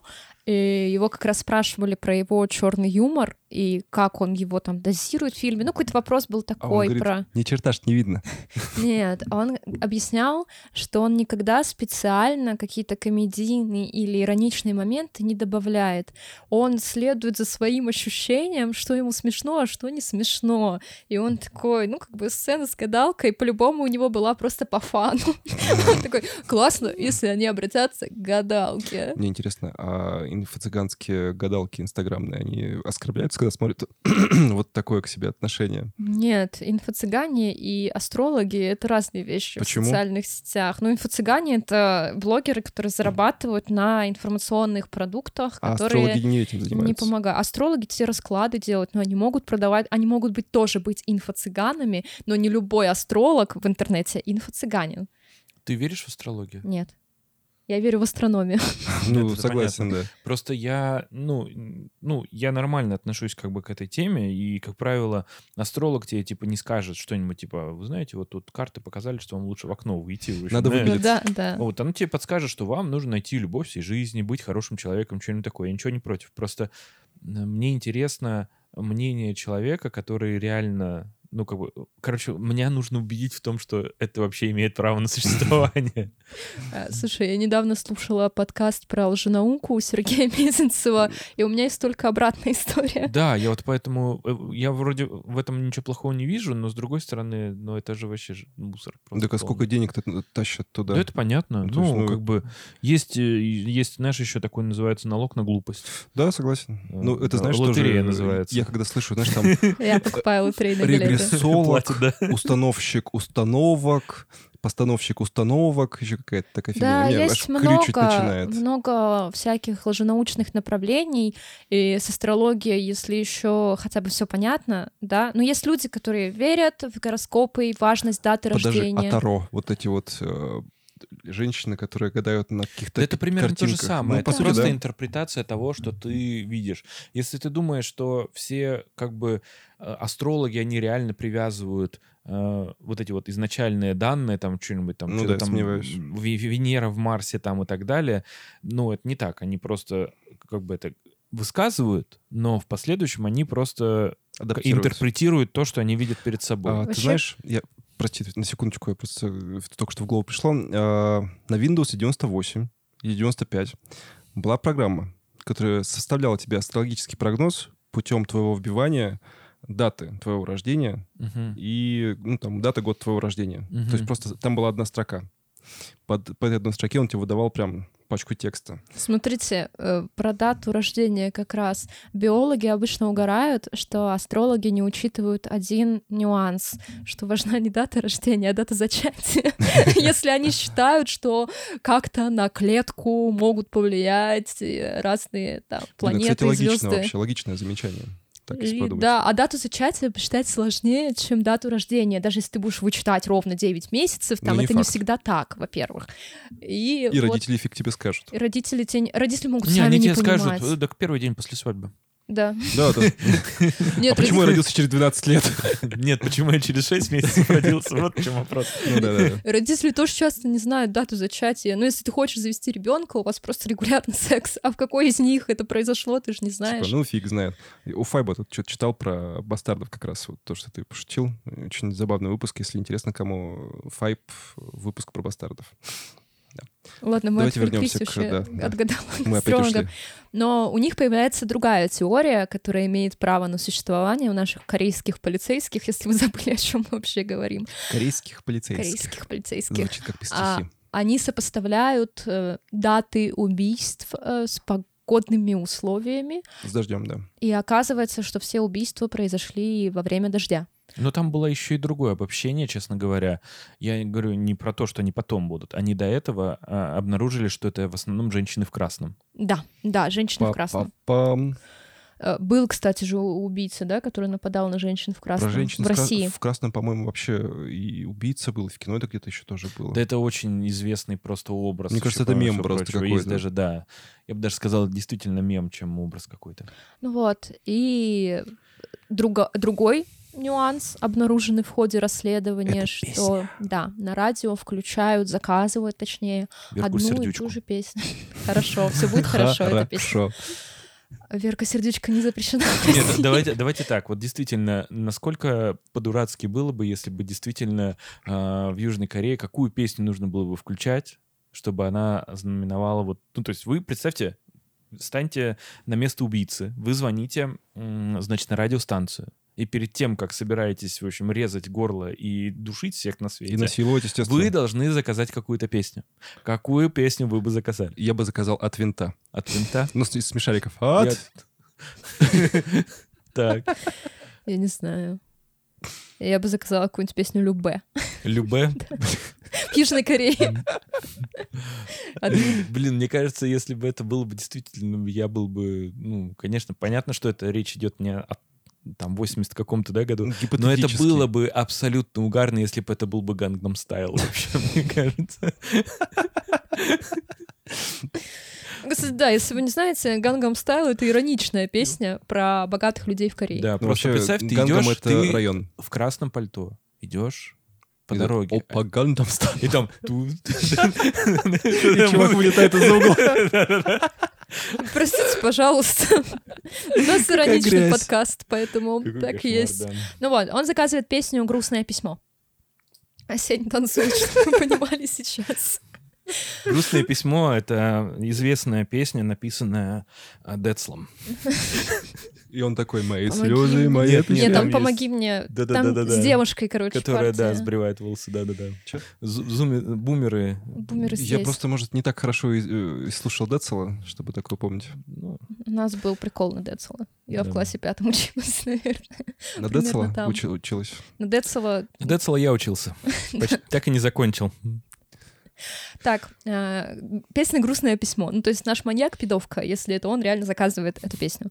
и его как раз спрашивали про его черный юмор и как он его там дозирует в фильме. Ну, какой-то вопрос был такой А он говорит, про... ни черта ж не видно. Нет, он объяснял, что он никогда специально какие-то комедийные или ироничные моменты не добавляет. Он следует за своим ощущением, что ему смешно, а что не смешно. И он такой, ну, как бы сцена с гадалкой, по-любому у него была просто по фану. Он такой: классно, если они обратятся к гадалке. Мне интересно, а инфо-цыганские гадалки инстаграмные, они оскорбляются, когда смотрят вот такое к себе отношение? Нет, инфо-цыгане и астрологи — это разные вещи. Почему? В социальных сетях. Ну, инфо-цыгане — это блогеры, которые зарабатывают на информационных продуктах, А которые астрологи не этим занимаются? не помогают. Астрологи те расклады делают, но они могут продавать, они могут быть тоже быть инфо-цыганами, но не любой астролог в интернете инфо-цыганин. Ты веришь в астрологию? Нет. Я верю в астрономию. Ну, Это согласен, да. Просто я, ну, ну, я нормально отношусь как бы к этой теме, и, как правило, астролог тебе, типа, не скажет что-нибудь, типа, вы знаете, вот тут карты показали, что вам лучше в окно выйти. В общем, Надо знаешь, выпилить. Да, да. Вот, оно тебе подскажет, что вам нужно найти любовь всей жизни, быть хорошим человеком, что-нибудь такое. Я ничего не против. Просто мне интересно мнение человека, который реально... Ну, как бы, короче, меня нужно убедить в том, что это вообще имеет право на существование. Слушай, я недавно слушала подкаст про лженауку у Сергея Мезенцева, и у меня есть только обратная история. Да, я вот поэтому... Я вроде в этом ничего плохого не вижу, но с другой стороны, ну, это же вообще мусор. Так а сколько денег тащат туда? Да это понятно. Ну, Ну, ну, как бы... Есть, есть, знаешь, еще такой называется налог на глупость. Да, согласен. Ну, это, знаешь, лотерея тоже... называется. Я когда слышу, знаешь, там... Я покупаю лотерейные билеты. Регрессолог, Платит, да. установщик установок, постановщик установок, еще какая-то такая фигня. Да, Меня аж есть крючить много, начинает. много всяких лженаучных направлений, и с астрологией, если еще хотя бы все понятно, да. Но есть люди, которые верят в гороскопы и важность даты Подожди, рождения. а Таро, вот эти вот э, женщины, которые гадают на каких-то Да это примерно то же картинках. самое. Ну, это по сути, просто да. интерпретация того, что ты видишь. Если ты думаешь, что все как бы э, астрологи, они реально привязывают э, вот эти вот изначальные данные, там что-нибудь там, Ну что-то да, там сомневаюсь. В- Венера в Марсе там и так далее, ну это не так. Они просто как бы это высказывают, но в последующем они просто Адаптируются. интерпретируют то, что они видят перед собой. А, Вообще- Ты знаешь, я... Прости, на секундочку, я просто э, только что в голову пришло. А, на Windows девяносто восемь или девяносто пять была программа, которая составляла тебе астрологический прогноз путем твоего вбивания даты твоего рождения Мгм. и ну, там, дата, год твоего рождения. Мгм. То есть просто там была одна строка. Под, по этой одной строке он тебе выдавал прям пачку текста. Смотрите, э, про дату рождения как раз. Биологи обычно угорают, что астрологи не учитывают один нюанс, что важна не дата рождения, а дата зачатия. Если они считают, что как-то на клетку могут повлиять э, разные там Ну да, планеты, кстати, логично звезды. вообще, логичное замечание. Так, если И подумать. да, а дату зачатия посчитать сложнее, чем дату рождения. Даже если ты будешь вычитать ровно девять месяцев, там Ну, не это не факт. всегда так, во-первых. И, И вот родители фиг тебе скажут. и родители, те не- родители могут Не, сами они не тебе понимать. скажут, «Э, так первый день после свадьбы. Да. Да, да. Нет, А почему я родители- родился через двенадцать лет? Нет, почему я через шесть месяцев родился? Вот в чем вопрос. Ну да, да. Родители тоже часто не знают дату зачатия. Но если ты хочешь завести ребенка, у вас просто регулярный секс. А в какой из них это произошло, ты же не знаешь. Типа, ну, фиг знает. И у Файба тут что-то читал про бастардов как раз, вот то, что ты пошутил. Очень забавный выпуск, если интересно кому. Файб, выпуск про бастардов. Ладно, мы Давайте отвлеклись вернемся к- вообще да, да. от гадалок Мы опять астрологов. ушли. Но у них появляется другая теория, которая имеет право на существование у наших корейских полицейских, если вы забыли, о чем мы вообще говорим. Корейских полицейских. Корейских полицейских. Звучит как А, стихи. Они сопоставляют э, даты убийств э, с погодными условиями, С дождем, да. и оказывается, что все убийства произошли во время дождя. Но там было еще и другое обобщение, честно говоря. Я говорю не про то, что они потом будут. Они до этого а, обнаружили, что это в основном женщины в красном. Да, да, женщины в красном. Па-па-пам. Э, Был, кстати же, у- убийца, да, который нападал на женщин в красном Про женщин в в, кра- России. в красном, по-моему, вообще и убийца был, и в кино это где-то еще тоже было. Да это очень известный просто образ. Мне еще кажется, это помимо мем всего просто прочего. какой-то. Есть даже, да. Я бы даже сказал, действительно мем, чем образ какой-то. Ну вот, и друго- другой нюанс, обнаруженный в ходе расследования, Это что песня. да, на радио включают, заказывают, точнее, Верку одну и сердючку. ту же песню. Хорошо, все будет хорошо, эта песня. Хорошо. Верка сердючка не запрещена. в Нет, России. давайте, давайте так. Вот действительно, насколько по-дурацки было бы, если бы действительно а, в Южной Корее какую песню нужно было бы включать, чтобы она знаменовала вот... Ну, то есть вы, представьте, станьте на место убийцы, вы звоните, м, значит, на радиостанцию, и перед тем, как собираетесь, в общем, резать горло и душить всех на свете, И насиловать, естественно. вы должны заказать какую-то песню. Какую песню вы бы заказали? Я бы заказал «От винта». От винта? Ну, с смешариков. От... Так. Я не знаю. Я бы заказала какую-нибудь песню Любе. Любе? В Южной Корее. Блин, мне кажется, если бы это было бы действительно, я был бы, ну, конечно, понятно, что это речь идет не о там восемьдесят каком-то, да, году, но это было бы абсолютно угарно, если бы это был бы Gangnam Style вообще, мне кажется. Кстати, да, если вы не знаете, Gangnam Style — это ироничная песня про богатых людей в Корее. Да, просто представь, ты идешь, ты район. В красном пальто идешь по и дороге. Опа, Gangnam Style. И там... И чувак вылетает из угла. Простите, пожалуйста. У нас ироничный подкаст, поэтому так и есть. Ну вот, он заказывает песню «Грустное письмо». Осень танцует, чтобы вы понимали сейчас. «Грустное письмо» — это известная песня, написанная Децлом. И он такой: «Мои слезы, мои нет, нет, там «Помоги мне». Там с девушкой, короче, которая, да, сбривает волосы, да-да-да. Бумеры. Бумеры Я просто, может, не так хорошо слушал Децла, чтобы такое помнить. У нас был прикол на Децла. Я в классе пятом училась, наверное. На Децла училась? На Децла... На Децла я учился. Так и не закончил. Так, э, песня «Грустное письмо». Ну, то есть наш маньяк — пидовка, если это он реально заказывает эту песню.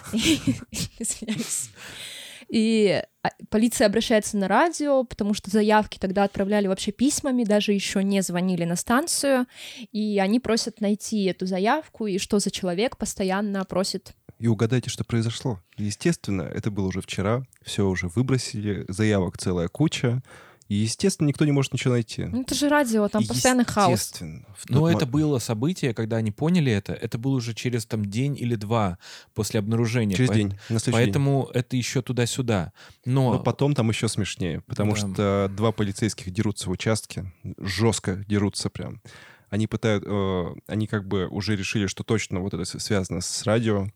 Извиняюсь. И полиция обращается на радио, потому что заявки тогда отправляли вообще письмами, даже еще не звонили на станцию, и они просят найти эту заявку, и что за человек постоянно просит. И угадайте, что произошло. Естественно, это было уже вчера, все уже выбросили, заявок целая куча. И, естественно, никто не может ничего найти. Ну, это же радио, там постоянно хаос. Но это было событие, когда они поняли это. Это было уже через там день или два после обнаружения. Через По... день, на следующий Поэтому день. Это еще туда-сюда. Но... Но потом там еще смешнее, потому да. что два полицейских дерутся в участке, жестко дерутся прям. Они пытают, э, они как бы уже решили, что точно вот это связано с радио.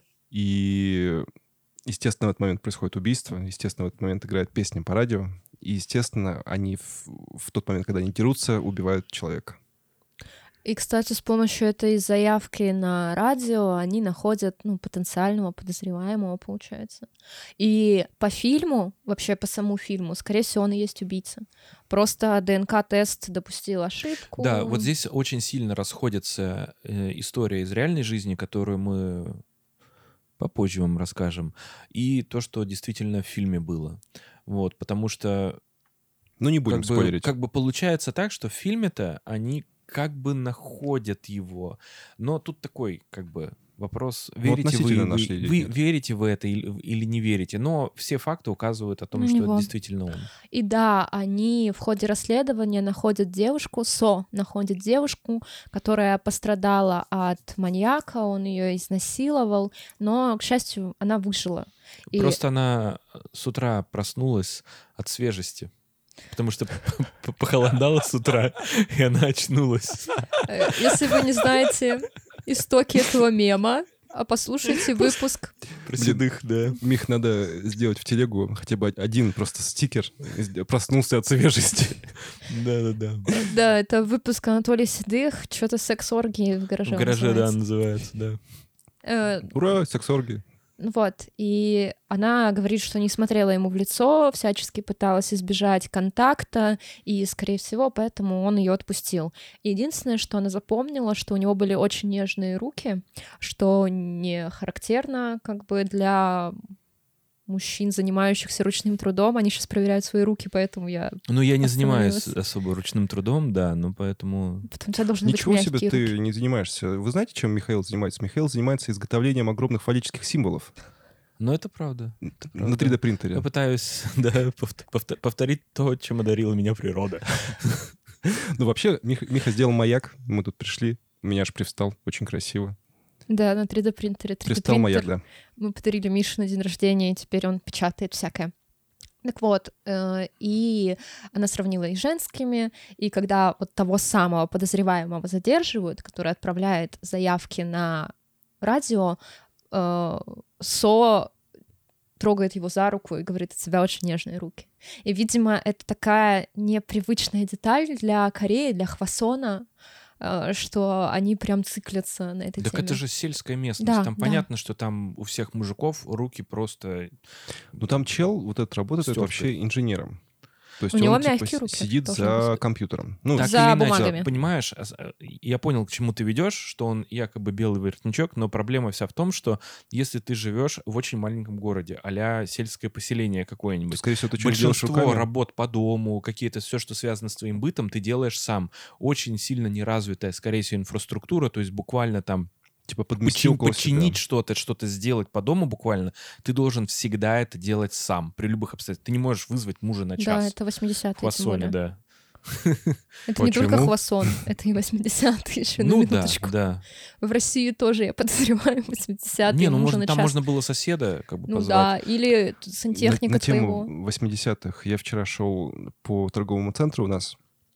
И, естественно, в этот момент происходит убийство. Естественно, в этот момент играет песня по радио. И, естественно, они в, в тот момент, когда они дерутся, убивают человека. И, кстати, с помощью этой заявки на радио они находят, ну, потенциального подозреваемого, получается. И по фильму, вообще по самому фильму, скорее всего, он и есть убийца. Просто ДНК-тест допустил ошибку. Да, вот здесь очень сильно расходится э, история из реальной жизни, которую мы попозже вам расскажем, и то, что действительно в фильме было. Вот, потому что... Ну, не будем как спойлерить. Бы, как бы получается так, что в фильме-то они как бы находят его. Но тут такой, как бы, вопрос, верите ну, вы, вы, нашли, вы верите в это или, или не верите. Но все факты указывают о том, на что него. Это действительно он. И да, они в ходе расследования находят девушку, Со находит девушку, которая пострадала от маньяка, он ее изнасиловал, но, к счастью, она выжила. Просто и... она с утра проснулась от свежести. Потому что похолодало с утра, и она очнулась. Если вы не знаете истоки этого мема, а послушайте выпуск. Про седых, да. Мих, надо сделать в телегу хотя бы один просто стикер. Проснулся от свежести. Да-да-да. Да, это выпуск Анатолия Седых, что-то секс-оргии в гараже. В гараже, да, называется, да. Ура, секс-оргии. Вот, и она говорит, что не смотрела ему в лицо, всячески пыталась избежать контакта, и, скорее всего, поэтому он ее отпустил. Единственное, что она запомнила, что у него были очень нежные руки, что не характерно как бы для мужчин, занимающихся ручным трудом. Они сейчас проверяют свои руки, поэтому я Ну, я не занимаюсь особо ручным трудом, да, но поэтому... Потому что должны Ничего быть себе руки. Ты не занимаешься. Вы знаете, чем Михаил занимается? Михаил занимается изготовлением огромных фаллических символов. Ну, это правда. Это правда. На три дэ принтере. Я пытаюсь, да, повторить то, чем одарила меня природа. Ну, вообще, Миха сделал маяк, мы тут пришли, у меня аж привстал, очень красиво. Да, на три дэ принтере. три дэ Привстал маяк, да. Мы подарили Мише на день рождения, и теперь он печатает всякое. Так вот, э, и она сравнила их с женскими, и когда вот того самого подозреваемого задерживают, который отправляет заявки на радио, э, Со трогает его за руку и говорит: у тебя очень нежные руки. И, видимо, это такая непривычная деталь для Кореи, для Хвасона, что они прям циклятся на этой так теме. Это же сельская местность. Да, там да. понятно, что там у всех мужиков руки просто... Ну там чел вот этот работает это вообще инженером. То есть у он него типа мягкие руки, сидит за компьютером. Ну, так за или иначе, бумагами. Понимаешь, я понял, к чему ты ведешь, что он якобы белый воротничок, но проблема вся в том, что если ты живешь в очень маленьком городе, а-ля сельское поселение какое-нибудь, то, скорее всего, ты что-то делаешь большинство руками. работ по дому, какие-то все, что связано с твоим бытом, ты делаешь сам. Очень сильно неразвитая, скорее всего, инфраструктура, то есть буквально там Типа подместил Почин, починить что-то, что-то сделать по дому буквально, ты должен всегда это делать сам, при любых обстоятельствах. Ты не можешь вызвать мужа на час. Да, это восьмидесятые. Хвасоне, да. Это не только Хвасон, это и восьмидесятые еще, ну, на минуточку. Да, да. В России тоже, я подозреваю, восьмидесятые. Не, ну мужа можно, на там час. можно было соседа как бы Ну позвать. да, или сантехника на, на твоего. тему восьмидесятых я вчера шел по торговому центру у нас,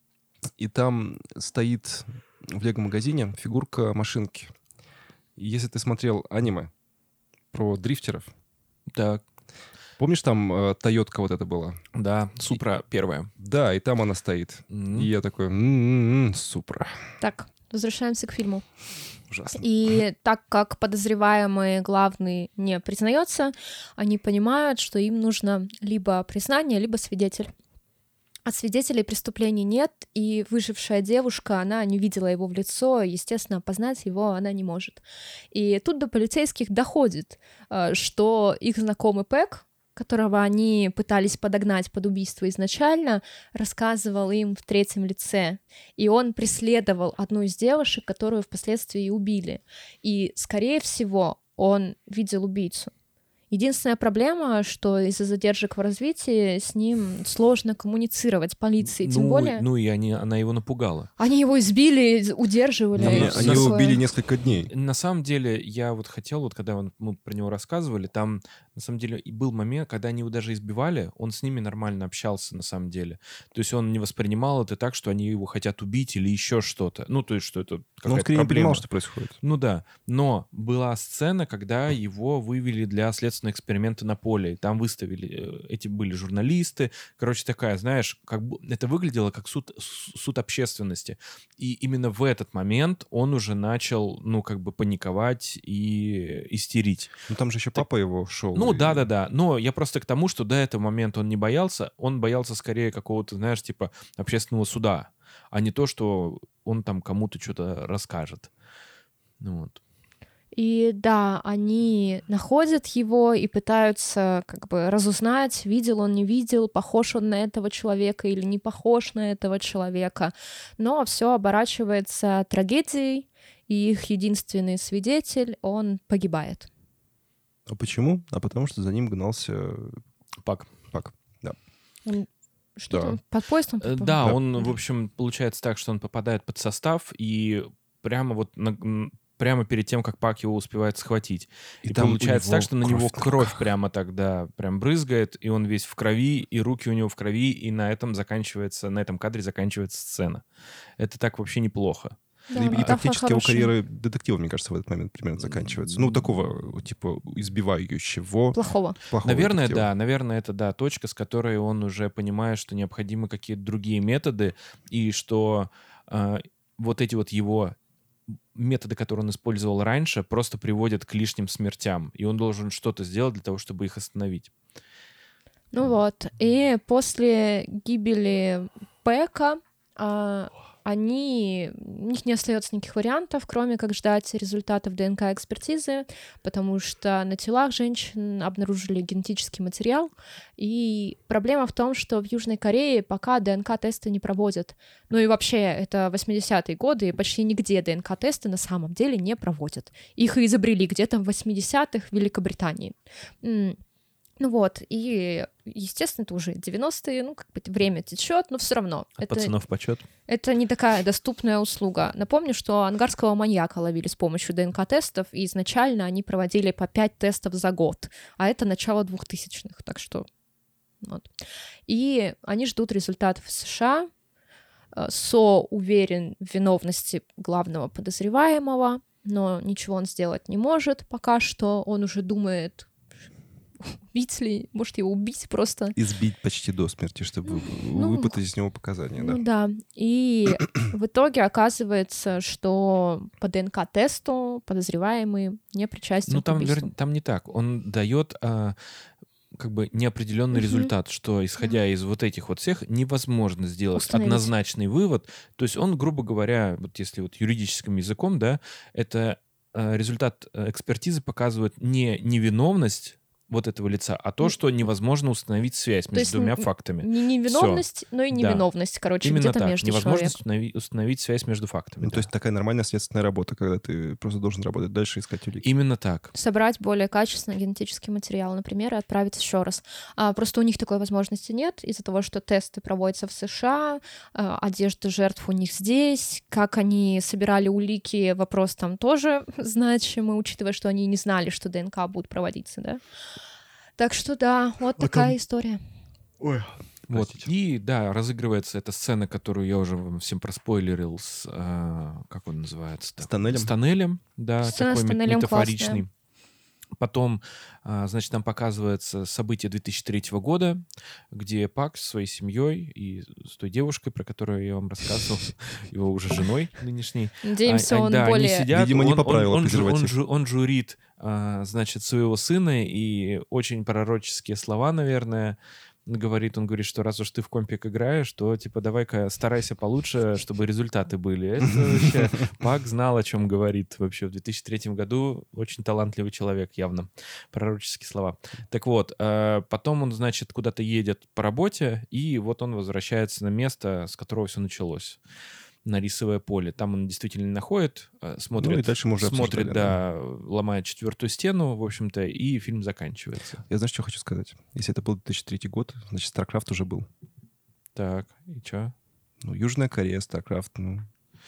и там стоит в лего-магазине фигурка машинки. Если ты смотрел аниме про дрифтеров, Так. помнишь, там э, Тойотка вот это была? Да, Супра первая. Да, и там она стоит. Mm-hmm. И я такой, м-м-м, Супра. Так, возвращаемся к фильму. Ужасно. И так как подозреваемый главный не признается, они понимают, что им нужно либо признание, либо свидетель. А свидетелей преступлений нет, и выжившая девушка, она не видела его в лицо, естественно, опознать его она не может. И тут до полицейских доходит, что их знакомый Пэк, которого они пытались подогнать под убийство изначально, рассказывал им в третьем лице. И он преследовал одну из девушек, которую впоследствии убили. И, скорее всего, он видел убийцу. Единственная проблема, что из-за задержек в развитии с ним сложно коммуницировать полиции, тем ну, более... Ну и они, она его напугала. Они его избили, удерживали. Не, они такое. его убили несколько дней. На самом деле, я вот хотел, вот когда он, мы про него рассказывали, там на самом деле и был момент, когда они его даже избивали, он с ними нормально общался на самом деле. То есть он не воспринимал это так, что они его хотят убить или еще что-то. Ну, то есть что это какая-то Но он скорее не проблема. понимал, что происходит. Ну да, но была сцена, когда его вывели для следственного эксперимента на поле, и там выставили, эти были журналисты, короче, такая, знаешь, как бы это выглядело как суд, суд общественности, и именно в этот момент он уже начал, ну, как бы паниковать и истерить. Ну там же еще папа его шел. Ну и... да-да-да, но я просто к тому, что до этого момента он не боялся, он боялся скорее какого-то, знаешь, типа общественного суда, а не то, что он там кому-то что-то расскажет. Ну вот. И да, они находят его и пытаются как бы разузнать, видел он, не видел, похож он на этого человека или не похож на этого человека. Но все оборачивается трагедией, и их единственный свидетель, он погибает. А почему? А потому что за ним гнался Пак. Пак, да. Он что Да. там, под поездом? Э, попал? Да, Да. он, в общем, получается так, что он попадает под состав, и прямо вот на- м, прямо перед тем, как Пак его успевает схватить. И, И там у получается него так, что на него кровь на кровь руках. прямо тогда прям брызгает, и он весь в крови, и руки у него в крови, и на этом заканчивается, на этом кадре заканчивается сцена. Это так вообще неплохо. Да, и, и метафора практически его хорошая. карьера детектива, мне кажется, в этот момент примерно заканчивается. Ну, такого, типа, избивающего. Плохого. Плохого Наверное, детектива. да, наверное, это да, точка, с которой он уже понимает, что необходимы какие-то другие методы, и что э, вот эти вот его методы, которые он использовал раньше, просто приводят к лишним смертям, и он должен что-то сделать для того, чтобы их остановить. Ну вот, и после гибели Пэка а, они, у них не остается никаких вариантов, кроме как ждать результатов ДНК-экспертизы, потому что на телах женщин обнаружили генетический материал, и проблема в том, что в Южной Корее пока ДНК-тесты не проводят. Ну и вообще, это восьмидесятые годы, и почти нигде ДНК-тесты на самом деле не проводят. Их и изобрели где-то в восьмидесятых в Великобритании. Ну вот, и, естественно, это уже девяностые, ну, как бы время течет, но все равно. От это, пацанов почет. это не такая доступная услуга. Напомню, что ангарского маньяка ловили с помощью ДНК-тестов, и изначально они проводили по пять тестов за год, а это начало двухтысячных, так что вот. И они ждут результатов в США. Со уверен в виновности главного подозреваемого, но ничего он сделать не может пока что. Он уже думает, убить ли, может его убить просто. Избить почти до смерти, чтобы ну, выпутать из него показания. Ну да. да. И в итоге оказывается, что по ДНК-тесту подозреваемый не причастен ну, к там, убийству. Вер... там не так. Он дает а, как бы неопределенный uh-huh. результат, что, исходя uh-huh. из вот этих вот всех, невозможно сделать Установить. однозначный вывод. То есть он, грубо говоря, вот если вот юридическим языком, да, это а, результат экспертизы показывает не невиновность вот этого лица, а то, что невозможно установить связь между то двумя есть фактами. Не невиновность, Всё. но и невиновность, да. короче, Именно где-то так. между Невозможно человеком. установить связь между фактами. Ну, да. То есть такая нормальная следственная работа, когда ты просто должен работать дальше и искать улики. Именно так. Собрать более качественный генетический материал, например, и отправить еще раз. А, просто у них такой возможности нет из-за того, что тесты проводятся в США, а, одежда жертв у них здесь, как они собирали улики, вопрос там тоже значимый, учитывая, что они не знали, что ДНК будут проводиться, да. Так что да, вот Потом... такая история. Ой. Вот. И да, разыгрывается эта сцена, которую я уже вам всем проспойлерил, с, а, как он называется? С тоннелем. С тоннелем, да, Сцена такой с тоннелем метафоричный. Классная. Потом, а, значит, там показывается событие две тысячи третьего года, где Пак со своей семьей и с той девушкой, про которую я вам рассказывал, его уже женой нынешней. Надеемся, а, он да, более... Они сидят, Видимо, он, не поправил он, он, презерватив. он, он, он журит, а, значит, своего сына, и очень пророческие слова, наверное, говорит, он говорит, что раз уж ты в компик играешь, то, типа, давай-ка старайся получше, чтобы результаты были. Это вообще... Пак знал, о чем говорит вообще в две тысячи третьем году. Очень талантливый человек, явно. Пророческие слова. Так вот, потом он, значит, куда-то едет по работе, и вот он возвращается на место, с которого все началось. На рисовое поле. Там он действительно находит, смотрит, ну, и дальше мы уже смотрит, да, да, ломает четвертую стену, в общем-то, и фильм заканчивается. Я знаешь, что хочу сказать? Если это был две тысячи третий год, значит, StarCraft уже был. Так, и что? Ну, Южная Корея, StarCraft, ну...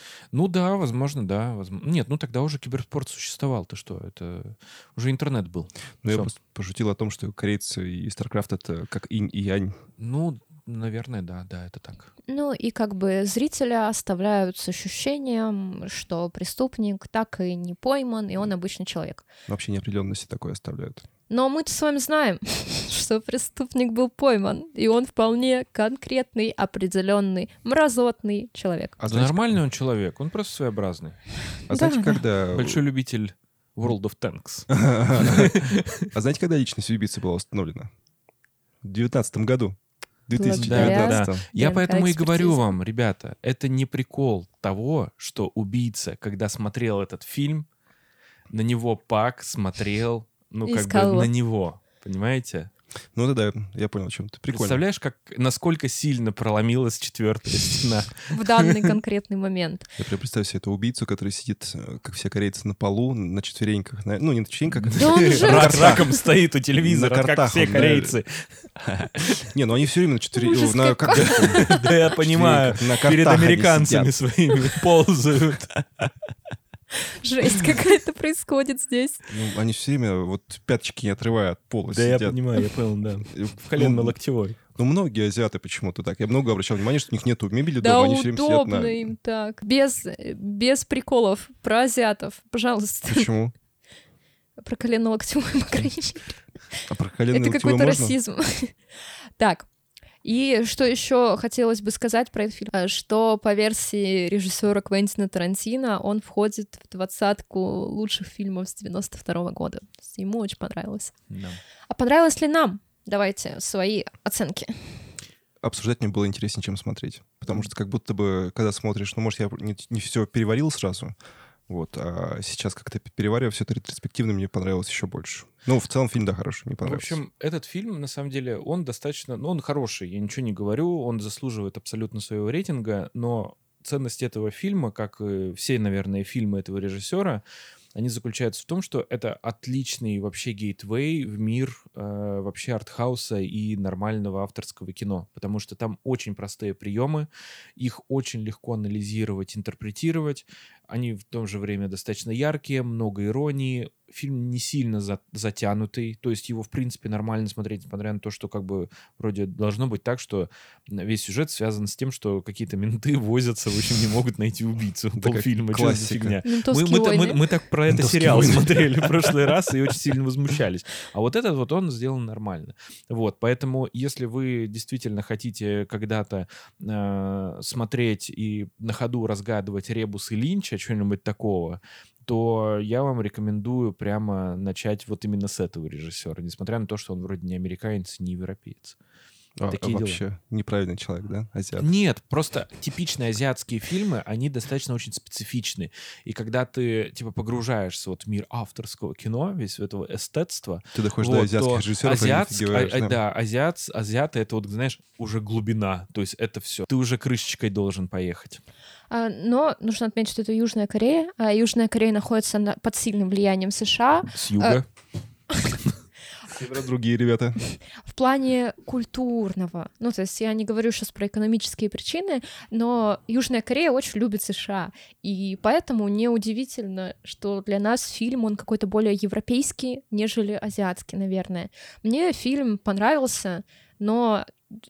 Ну да, возможно, да. Возможно. Нет, ну тогда уже киберспорт существовал. Ты что? Это уже интернет был. Ну, я просто пошутил о том, что корейцы и StarCraft — это как инь и янь. Ну, наверное, да, да, это так. Ну и как бы зрителя оставляют с ощущением, что преступник так и не пойман, и он обычный человек. Вообще неопределенности такое оставляют. Но мы-то с вами знаем, что преступник был пойман, и он вполне конкретный, определенный, мразотный человек. А да нормальный он человек, он просто своеобразный. А знаете, когда... Большой любитель World of Tanks. А знаете, когда личность убийцы была установлена? В девятнадцатом году. В две тысячи Да, девятнадцатом. да, да. Я поэтому и говорю вам, ребята, это не прикол того, что убийца, когда смотрел этот фильм, на него Пак смотрел, ну, как Искал бы его. на него, понимаете? Ну да, да, я понял, о чем ты. Прикольно. Представляешь, как, насколько сильно проломилась четвертая стена? В данный конкретный момент. Я прям представляю себе этого убийцу, который сидит, как все корейцы, на полу, на четвереньках. На... Ну, не на четвереньках, Да он же- Рак раком стоит у телевизора, На как картах все он, да. корейцы. Не, ну они все время на четвереньках. Ужас На... какой. как- Да я понимаю, На перед картах они американцами сидят. своими ползают. Жесть какая-то происходит здесь. Ну, они все время вот пяточки не отрывая от пола Да я сидят. понимаю, я понял, да. И, В коленно-локтевой. Ну, многие азиаты почему-то так. Я много обращал внимание, что у них нету мебели Да дома, они все время сидят удобно на... им так. Без, без приколов про азиатов, пожалуйста. Почему? Про колено-локтевой, по крайней мере. А про коленные Это локтевые какой-то можно? расизм. Так, и что еще хотелось бы сказать про этот фильм, э, что по версии режиссера Квентина Тарантино он входит в двадцатку лучших фильмов с девяносто второго года. То есть ему очень понравилось. Да. А понравилось ли нам? Давайте свои оценки. Обсуждать мне было интереснее, чем смотреть. Потому что как будто бы, когда смотришь, ну, может, я не, не все переварил сразу, вот, а сейчас как-то переваривая все это ретроспективно, мне понравилось еще больше. Ну, в целом фильм, да, хороший, мне В понравился. общем, этот фильм, на самом деле, он достаточно... Ну, он хороший, я ничего не говорю, он заслуживает абсолютно своего рейтинга, но ценность этого фильма, как и все, наверное, фильмы этого режиссера, они заключаются в том, что это отличный вообще гейтвей в мир э, вообще артхауса и нормального авторского кино, потому что там очень простые приемы, их очень легко анализировать, интерпретировать, они в то же время достаточно яркие, много иронии, фильм не сильно за, затянутый, то есть его, в принципе, нормально смотреть, несмотря на то, что как бы вроде должно быть так, что весь сюжет связан с тем, что какие-то менты возятся, в общем, не могут найти убийцу. Полфильма, что за фигня. Мы, мы, мы, мы так про это сериал смотрели в прошлый раз и очень сильно возмущались. А вот этот вот он сделан нормально. Вот, поэтому если вы действительно хотите когда-то э, смотреть и на ходу разгадывать ребусы Линча, что-нибудь такого, то я вам рекомендую прямо начать вот именно с этого режиссера, несмотря на то, что он вроде не американец, не европеец. А, Такие а вообще дела. Неправильный человек, да? Азиат? Нет, просто типичные азиатские фильмы, они достаточно очень специфичны. И когда ты, типа, погружаешься вот в мир авторского кино, весь этого эстетства... Ты доходишь вот, до азиатских режиссеров, азиатск... и офигеваешь, а, да? Да, азиат... азиаты — это вот, знаешь, уже глубина. То есть это все. Ты уже крышечкой должен поехать. А, но нужно отметить, что это Южная Корея, а Южная Корея находится на... под сильным влиянием США. С юга. А... Севера другие ребята. В плане культурного. Ну, то есть я не говорю сейчас про экономические причины, но Южная Корея очень любит США. И поэтому неудивительно, что для нас фильм, он какой-то более европейский, нежели азиатский, наверное. Мне фильм понравился, но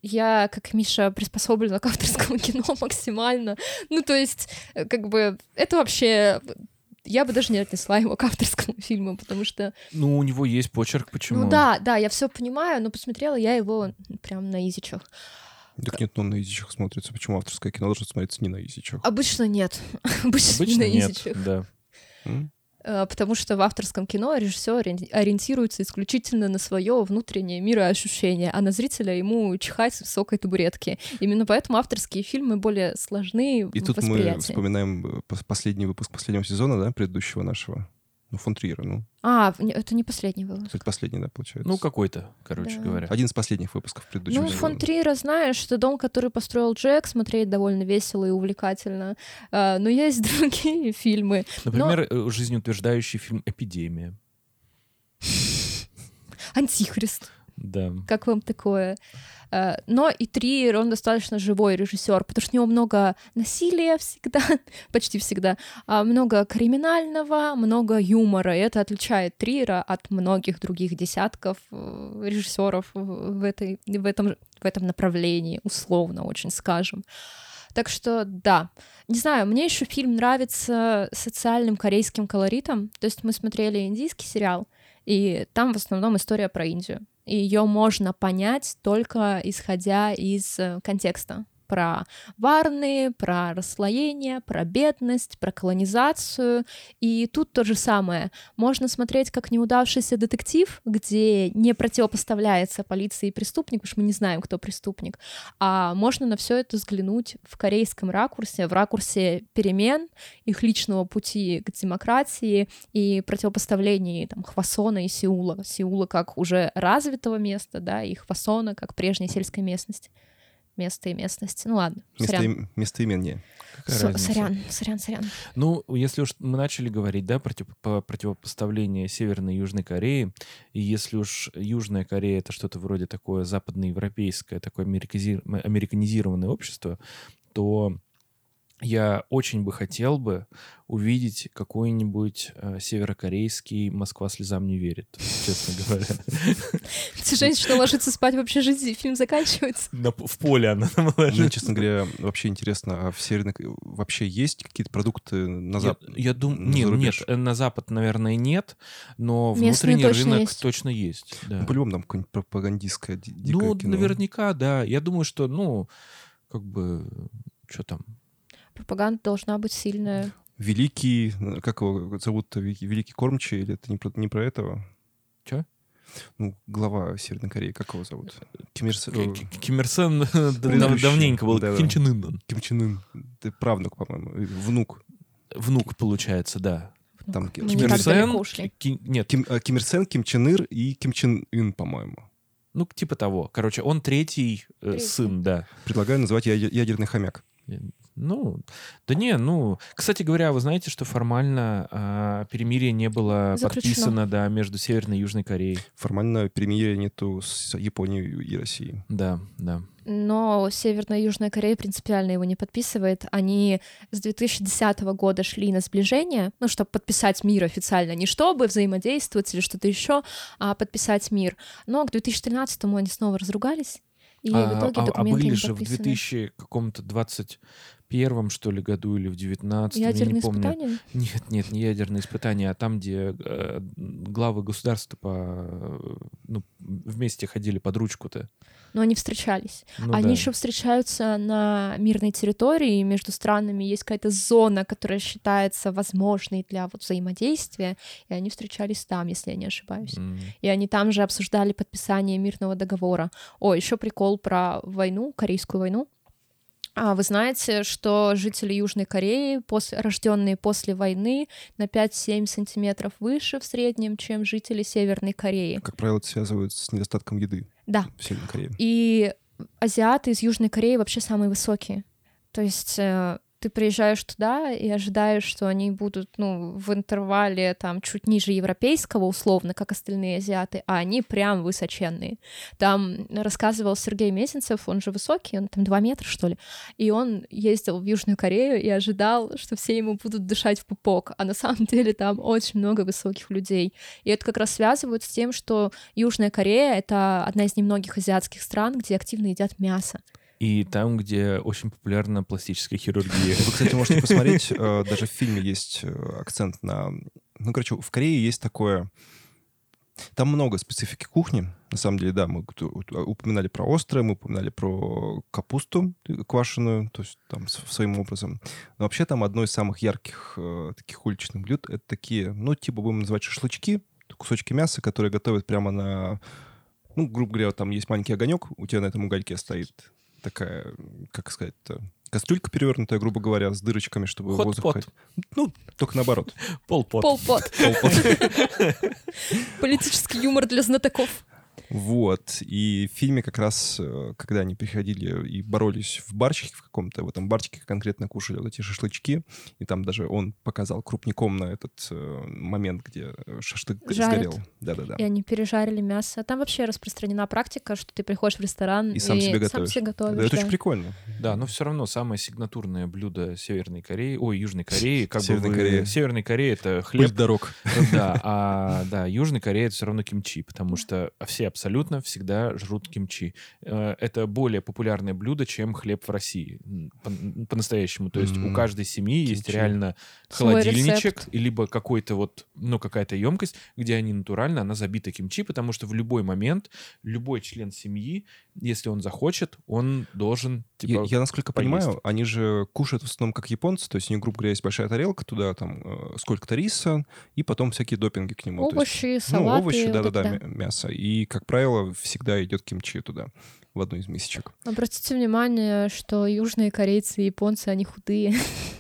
я, как Миша, приспособлена к авторскому кино максимально. Ну, то есть, как бы, это вообще... Я бы даже не отнесла его к авторскому фильму, потому что... Ну, у него есть почерк, почему? Ну да, да, я все понимаю, но посмотрела я его прям на изичах. Так нет, ну на изичах смотрится. Почему авторское кино должно смотреться не на изичах? Обычно нет. Обычно, Обычно не на нет, изичах. да. М? Потому что в авторском кино режиссер ориентируется исключительно на свое внутреннее мироощущение, а на зрителя ему чихать с высокой табуретки. Именно поэтому авторские фильмы более сложны И в тут восприятии. мы вспоминаем последний выпуск последнего сезона, да, предыдущего нашего. Ну, фон Триера, ну. А, это не последний выпуск. Предпоследний, да, получается. Ну, какой-то, короче Да. говоря. Один из последних выпусков предыдущего Ну, сезона. фон Триера, знаешь, это дом, который построил Джек, смотреть довольно весело и увлекательно. А, но есть другие фильмы. Например, но... жизнеутверждающий фильм «Эпидемия». Антихрист. Да. Как вам такое? Но и Триер, он достаточно живой режиссер, потому что у него много насилия всегда, почти всегда, много криминального, много юмора, и это отличает Триера от многих других десятков режиссеров в, этой, в, этом, в этом направлении, условно очень скажем. Так что да, не знаю, мне еще фильм нравится социальным корейским колоритом, то есть мы смотрели индийский сериал, и там в основном история про Индию. И ее можно понять только исходя из контекста. Про варны, про расслоение, про бедность, про колонизацию. И тут то же самое. Можно смотреть как неудавшийся детектив, где не противопоставляется полиции и преступник, потому что мы не знаем, кто преступник. А можно на все это взглянуть в корейском ракурсе, в ракурсе перемен, их личного пути к демократии и противопоставлении там, Хвасона и Сеула. Сеула как уже развитого места, да, и Хвасона как прежней сельской местности. Место и местность. Ну ладно, Место сорян. И, место именнее. С- сорян, сорян, сорян. Ну, если уж мы начали говорить, да, против, по противопоставление Северной и Южной Кореи, и если уж Южная Корея — это что-то вроде такое западноевропейское, такое американизи- американизированное общество, то я очень бы хотел бы увидеть какой-нибудь э, северокорейский «Москва слезам не верит», честно говоря. Женщина ложится спать в общежитии, фильм заканчивается. На, в поле она Мне, ложится. честно говоря, вообще интересно, а в Северной Корее вообще есть какие-то продукты на Запад? Я, я думаю, нет, нет, на Запад, наверное, нет, но Местные внутренний точно рынок есть. точно есть. Да. Ну, по-любому там какое-нибудь пропагандистское ди- дикое Ну, кино. наверняка, да. Я думаю, что, ну, как бы, что там? Пропаганда должна быть сильная. Великий, как его зовут-то, Великий, Великий Кормчий, или это не про, не про этого? Чё? Ну, глава Северной Кореи, как его зовут? Ким Ир Сен. К- К- Ким Ир Сен дав- Предыдущий. давненько был. Да-да. Ким Чен Ын. Ким Чен Ын. Ты правнук, по-моему, и внук. Внук, получается, да. Там Мы Ким не Ким Ир так далеко Сен, ушли. Ки- нет, Ким, а, Ким Ир Сен, Ким Чен Ир и Ким Чен Ын, по-моему. ну, типа того. Короче, он третий э, Третий. сын, да. Предлагаю называть ядер- ядерный хомяк. Ну, да не, ну... Кстати говоря, вы знаете, что формально а, перемирие не было Заключено. подписано, да, между Северной и Южной Кореей. Формально перемирия нету с Японией и Россией. Да, да. Но Северная и Южная Корея принципиально его не подписывает. Они с две тысячи десятого года шли на сближение, ну, чтобы подписать мир официально, не чтобы взаимодействовать или что-то еще, а подписать мир. Но к две тысячи тринадцатому они снова разругались, и а, в итоге а, документы а были не же подписаны. в две тысячи каком-то двадцать первом, что ли, году или в девятнадцатом, Ядерные я не помню. испытания? Нет, нет, не ядерные испытания, а там, где э, главы государства по, ну, вместе ходили под ручку-то. Но они встречались. Ну, они да. еще встречаются на мирной территории, между странами есть какая-то зона, которая считается возможной для вот взаимодействия, и они встречались там, если я не ошибаюсь. Mm. И они там же обсуждали подписание мирного договора. О, еще прикол про войну, Корейскую войну. А вы знаете, что жители Южной Кореи, после, рожденные после войны, на пять-семь сантиметров выше в среднем, чем жители Северной Кореи? Как правило, это связывается с недостатком еды Да. в Северной Корее. И азиаты из Южной Кореи вообще самые высокие. То есть э, ты приезжаешь туда и ожидаешь, что они будут, ну, в интервале там чуть ниже европейского, условно, как остальные азиаты, а они прям высоченные. Там рассказывал Сергей Мезенцев, он же высокий, он там два метра, что ли, и он ездил в Южную Корею и ожидал, что все ему будут дышать в пупок, а на самом деле там очень много высоких людей. И это как раз связывают с тем, что Южная Корея — это одна из немногих азиатских стран, где активно едят мясо. И там, где очень популярна пластическая хирургия. Вы, кстати, можете посмотреть, даже в фильме есть акцент на... Ну, короче, в Корее есть такое... Там много специфики кухни. На самом деле, да, мы упоминали про острое, мы упоминали про капусту квашеную, то есть там своим образом. Но вообще там одно из самых ярких таких уличных блюд — это такие, ну, типа будем называть шашлычки, кусочки мяса, которые готовят прямо на... Ну, грубо говоря, там есть маленький огонек, у тебя на этом угольке стоит такая, как сказать-то, кастрюлька перевернутая, грубо говоря, с дырочками, чтобы Хот-пот. воздух... ходить. Ну, только наоборот. Пол-пот. Пол-пот. Политический юмор для знатоков. Вот. И в фильме как раз, когда они приходили и боролись в барчике в каком-то, в этом барчике конкретно кушали вот эти шашлычки, и там даже он показал крупником на этот э, момент, где шашлык Жарят. сгорел. Да-да-да. И они пережарили мясо. Там вообще распространена практика, что ты приходишь в ресторан И сам себе готовишь. сам себе готовишь. Это да. очень прикольно. Да, но все равно самое сигнатурное блюдо Северной Кореи, ой, Южной Кореи, как Северной бы вы... Кореи. Северной Кореи — это хлеб. Пыль дорог. Да, а да, Южной Кореи — это все равно кимчи, потому что все абсолютно всегда жрут кимчи. Это более популярное блюдо, чем хлеб в России. По- По-настоящему. То есть М, у каждой семьи есть кимчи. реально Свой холодильничек, рецепт. и либо какой-то вот, ну, какая-то емкость, где они натурально, она забита кимчи, потому что в любой момент любой член семьи, если он захочет, он должен, Я, типа, я, насколько поесть. понимаю, они же кушают в основном как японцы, то есть у них, грубо говоря, есть большая тарелка, туда там э, сколько-то риса, и потом всякие допинги к нему. То есть, Овощи, ну, салаты. овощи, вот это да-да-да, да. мя- мясо. И, как правило, всегда идет кимчи туда, в одну из мисочек. Обратите внимание, что южные корейцы и японцы, они худые.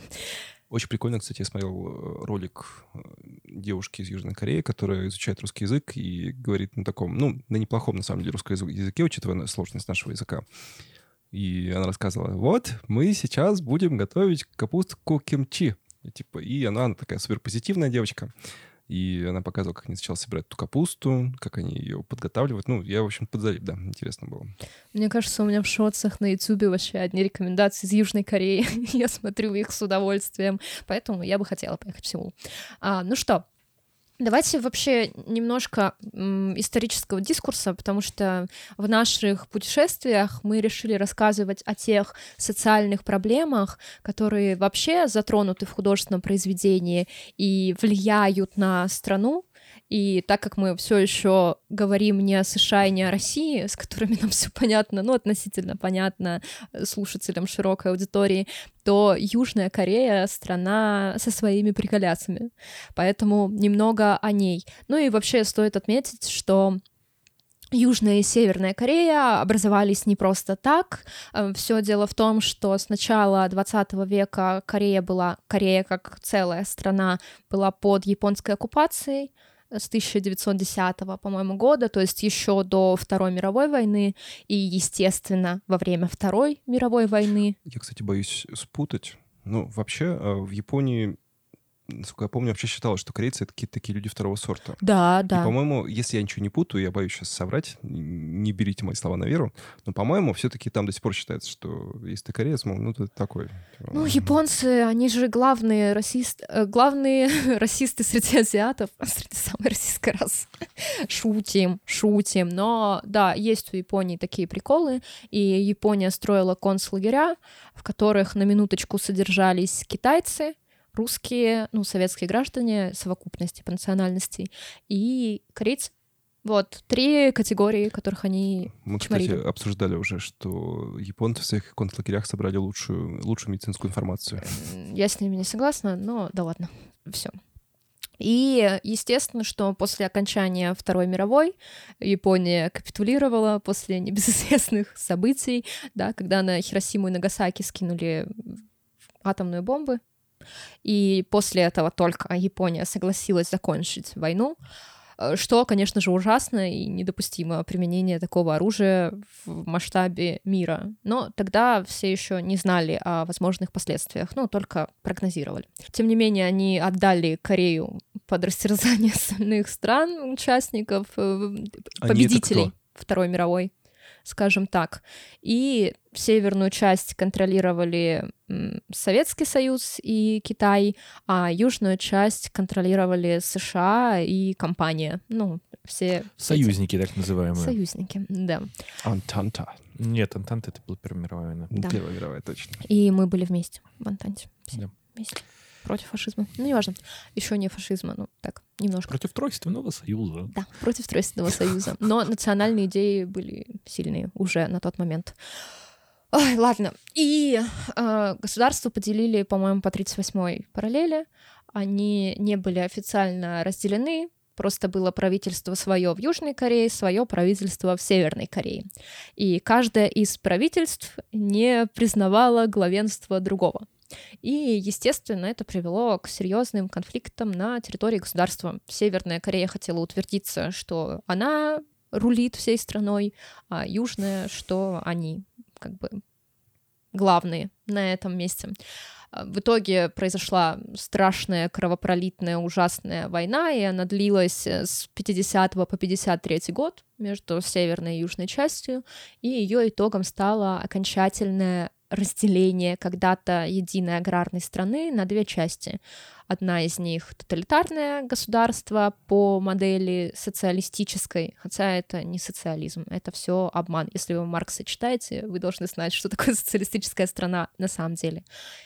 Очень прикольно, кстати, я смотрел э, ролик э, девушки из Южной Кореи, которая изучает русский язык и говорит на таком, ну, на неплохом, на самом деле, русском язы- языке, учитывая сложность нашего языка. И она рассказывала, вот, мы сейчас будем готовить капустку кимчи. И, типа, и она, она такая суперпозитивная девочка. И она показывала, как они сначала собирают эту капусту, как они ее подготавливают. Ну, я, в общем, подзалип, да, интересно было. Мне кажется, у меня в шотсах на Ютубе вообще одни рекомендации из Южной Кореи. Я смотрю их с удовольствием. Поэтому я бы хотела поехать в Сеул. А, ну что, давайте вообще немножко м, исторического дискурса, потому что в наших путешествиях мы решили рассказывать о тех социальных проблемах, которые вообще затронуты в художественном произведении и влияют на страну. И так как мы все еще говорим не о США и не о России, с которыми нам все понятно, ну, относительно понятно слушателям широкой аудитории, то Южная Корея — страна со своими приколясами. Поэтому немного о ней. Ну и вообще стоит отметить, что Южная и Северная Корея образовались не просто так. Все дело в том, что с начала двадцатого века Корея была, Корея как целая страна была под японской оккупацией с тысяча девятьсот десятого, по-моему, года, то есть еще до Второй мировой войны и, естественно, во время Второй мировой войны. Я, кстати, боюсь спутать. Ну, вообще, э, в Японии, насколько я помню, вообще считалось, что корейцы — это какие-то такие люди второго сорта. Да, И, да. по-моему, если я ничего не путаю, я боюсь сейчас соврать, не не берите мои слова на веру, но, по-моему, все-таки там до сих пор считается, что если ты кореец, мол, ну, ты такой. Ну, японцы, они же главные расисты, главные расисты среди азиатов, среди самой российской расы. Шутим, шутим. Но, да, есть у Японии такие приколы, и Япония строила концлагеря, в которых на минуточку содержались китайцы, русские, ну, советские граждане, совокупности по национальности, и корейцы. Вот, три категории, которых они Мы, чморили. кстати, обсуждали уже, что японцы в своих концлагерях собрали лучшую, лучшую медицинскую информацию. Я с ними не согласна, но да ладно, все. И, естественно, что после окончания Второй мировой Япония капитулировала после небезызвестных событий, да, когда на Хиросиму и Нагасаки скинули атомные бомбы, и после этого только Япония согласилась закончить войну, что, конечно же, ужасно и недопустимо применение такого оружия в масштабе мира. Но тогда все еще не знали о возможных последствиях, ну, только прогнозировали. Тем не менее, они отдали Корею под растерзание остальных стран, участников, победителей Второй мировой, скажем так. И северную часть контролировали Советский Союз и Китай, а южную часть контролировали США и компания. Ну, все... Союзники, эти... так называемые. Союзники, да. Антанта. Нет, Антанта — это была Первая мировая война. Да. Первая мировая, точно. И мы были вместе в Антанте. Все да. вместе. Против фашизма. Ну, неважно. Еще не фашизма, ну, так, немножко. Против Тройственного Союза. Да, против Тройственного Союза. Но национальные идеи были сильные уже на тот момент. Ой, ладно. И э, государство поделили, по-моему, по тридцать восьмой параллели. Они не были официально разделены. Просто было правительство свое в Южной Корее, свое правительство в Северной Корее. И каждое из правительств не признавало главенство другого. И, естественно, это привело к серьезным конфликтам на территории государства. Северная Корея хотела утвердиться, что она рулит всей страной, а Южная, что они как бы главные на этом месте. В итоге произошла страшная, кровопролитная, ужасная война, и она длилась с пятидесятого по пятьдесят третий год между северной и южной частью, и ее итогом стало окончательное разделение когда-то единой аграрной страны на две части. Одна из них — тоталитарное государство по модели социалистической, хотя это не социализм, это все обман. Если вы Маркса читаете, вы должны знать, что такое социалистическая страна на самом деле.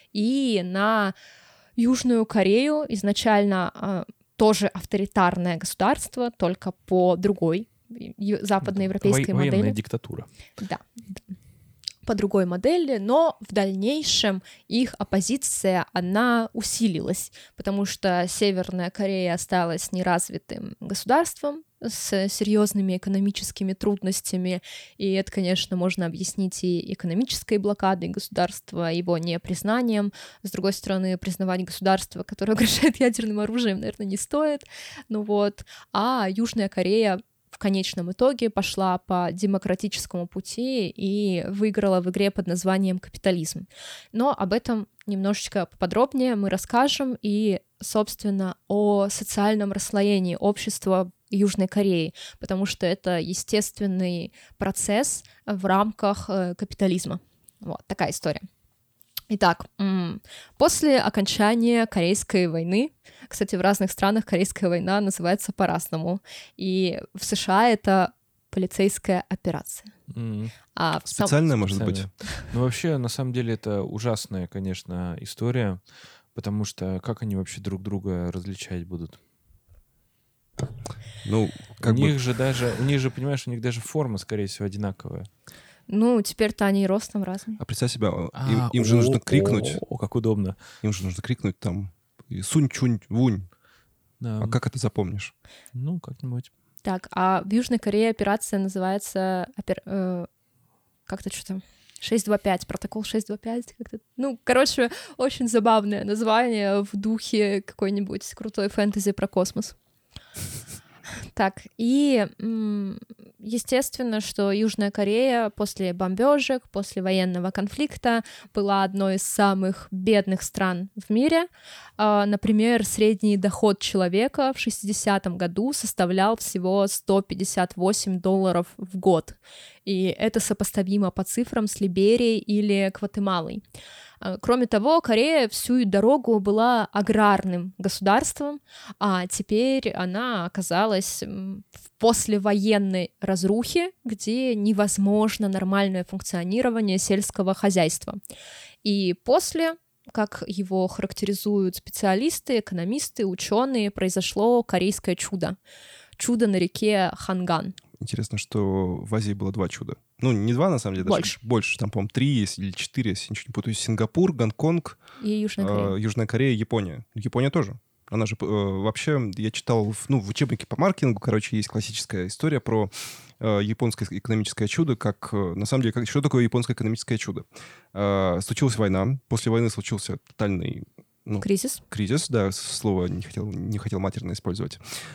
И на Южную Корею изначально э, тоже авторитарное государство, только по другой западноевропейской Во- модели. Военная диктатура. Да, да. По другой модели, но в дальнейшем их оппозиция, она усилилась, потому что Северная Корея осталась неразвитым государством с серьезными экономическими трудностями, и это, конечно, можно объяснить и экономической блокадой государства, его непризнанием. С другой стороны, признавать государство, которое угрожает ядерным оружием, наверное, не стоит. Ну вот. А Южная Корея в конечном итоге пошла по демократическому пути и выиграла в игре под названием «Капитализм». Но об этом немножечко поподробнее мы расскажем и, собственно, о социальном расслоении общества Южной Кореи, потому что это естественный процесс в рамках капитализма. Вот такая история. Итак, после окончания Корейской войны, кстати, в разных странах Корейская война называется по-разному, и в США это полицейская операция. Mm-hmm. А в Специальная, сам... может Специальная. быть? Ну, вообще, на самом деле, это ужасная, конечно, история, потому что как они вообще друг друга различать будут? Ну, как у бы... них же даже, у них же, понимаешь, у них даже форма, скорее всего, одинаковая. Ну, теперь-то они и ростом разные. А представь себя, им, А, им же о, нужно крикнуть. О, как удобно. Им же нужно крикнуть там «Сунь-чунь-вунь». Да. А как это запомнишь? Ну, как-нибудь. Так, а в Южной Корее операция называется... Опер... Э, как-то что-то... шесть два пять, протокол шесть два пять. Как-то... Ну, короче, очень забавное название в духе какой-нибудь крутой фэнтези про космос. Так, и м- естественно, что Южная Корея после бомбежек, после военного конфликта была одной из самых бедных стран в мире. Например, средний доход человека в шестидесятом году составлял всего сто пятьдесят восемь долларов в год. И это сопоставимо по цифрам с Либерией или Гватемалой. Кроме того, Корея всю дорогу была аграрным государством, а теперь она оказалась в послевоенной разрухе, где невозможно нормальное функционирование сельского хозяйства. И после, как его характеризуют специалисты, экономисты, ученые, произошло корейское чудо. Чудо на реке Ханган. Интересно, что в Азии было два чуда. Ну, не два, на самом деле, больше. даже больше. Там, по-моему, три есть или четыре, если ничего не путаю. Сингапур, Гонконг, и Южная Корея. Э, Южная Корея, Япония. Япония тоже. Она же... Э, вообще, я читал, ну, в учебнике по маркетингу, короче, есть классическая история про э, японское экономическое чудо, как... Э, на самом деле, как, что такое японское экономическое чудо? Э, случилась война. После войны случился тотальный... Ну, кризис. Кризис, да, слово не хотел, не хотел матерно использовать.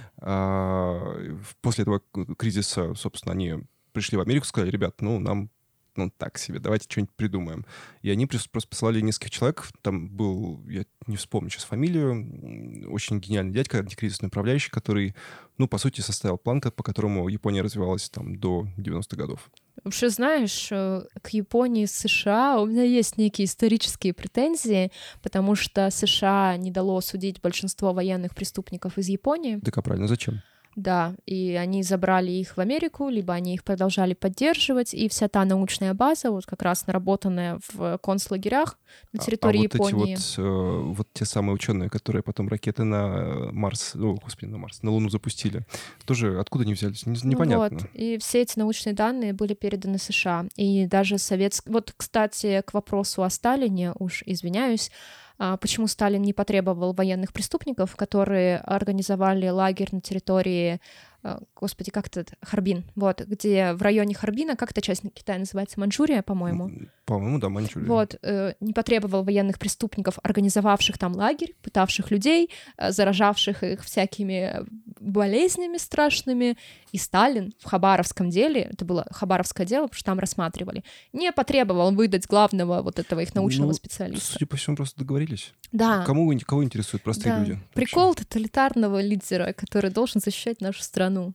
А, после этого кризиса, собственно, они пришли в Америку, сказали, ребят, ну, нам ну, так себе, давайте что-нибудь придумаем. И они просто послали нескольких человек, там был, я не вспомню сейчас фамилию, очень гениальный дядька, антикризисный управляющий, который, ну, по сути, составил план, по которому Япония развивалась там до девяностых годов. Вообще, знаешь, к Японии, США у меня есть некие исторические претензии, потому что США не дало судить большинство военных преступников из Японии. Так, а правильно, зачем? Да, и они забрали их в Америку, либо они их продолжали поддерживать, и вся та научная база, вот как раз наработанная в концлагерях на территории а, а вот Японии. Эти вот, э, вот те самые ученые, которые потом ракеты на Марс, ну, господи, на Марс, на Луну запустили, тоже откуда они взялись? Непонятно. Ну вот, и все эти научные данные были переданы США, и даже советские... Вот, кстати, к вопросу о Сталине, уж извиняюсь, почему Сталин не потребовал военных преступников, которые организовали лагерь на территории, господи, как это, Харбин, вот, где в районе Харбина, как эта часть Китая называется, Маньчжурия, по-моему? По-моему, да, Маньчжурия. Вот, не потребовал военных преступников, организовавших там лагерь, пытавших людей, заражавших их всякими болезнями страшными, и Сталин в Хабаровском деле, это было Хабаровское дело, потому что там рассматривали, не потребовал выдать главного вот этого их научного ну, специалиста. Судя по всему, просто договорились. Да. Кому, кого интересуют простые да. люди? Прикол вообще? Тоталитарного лидера, который должен защищать нашу страну.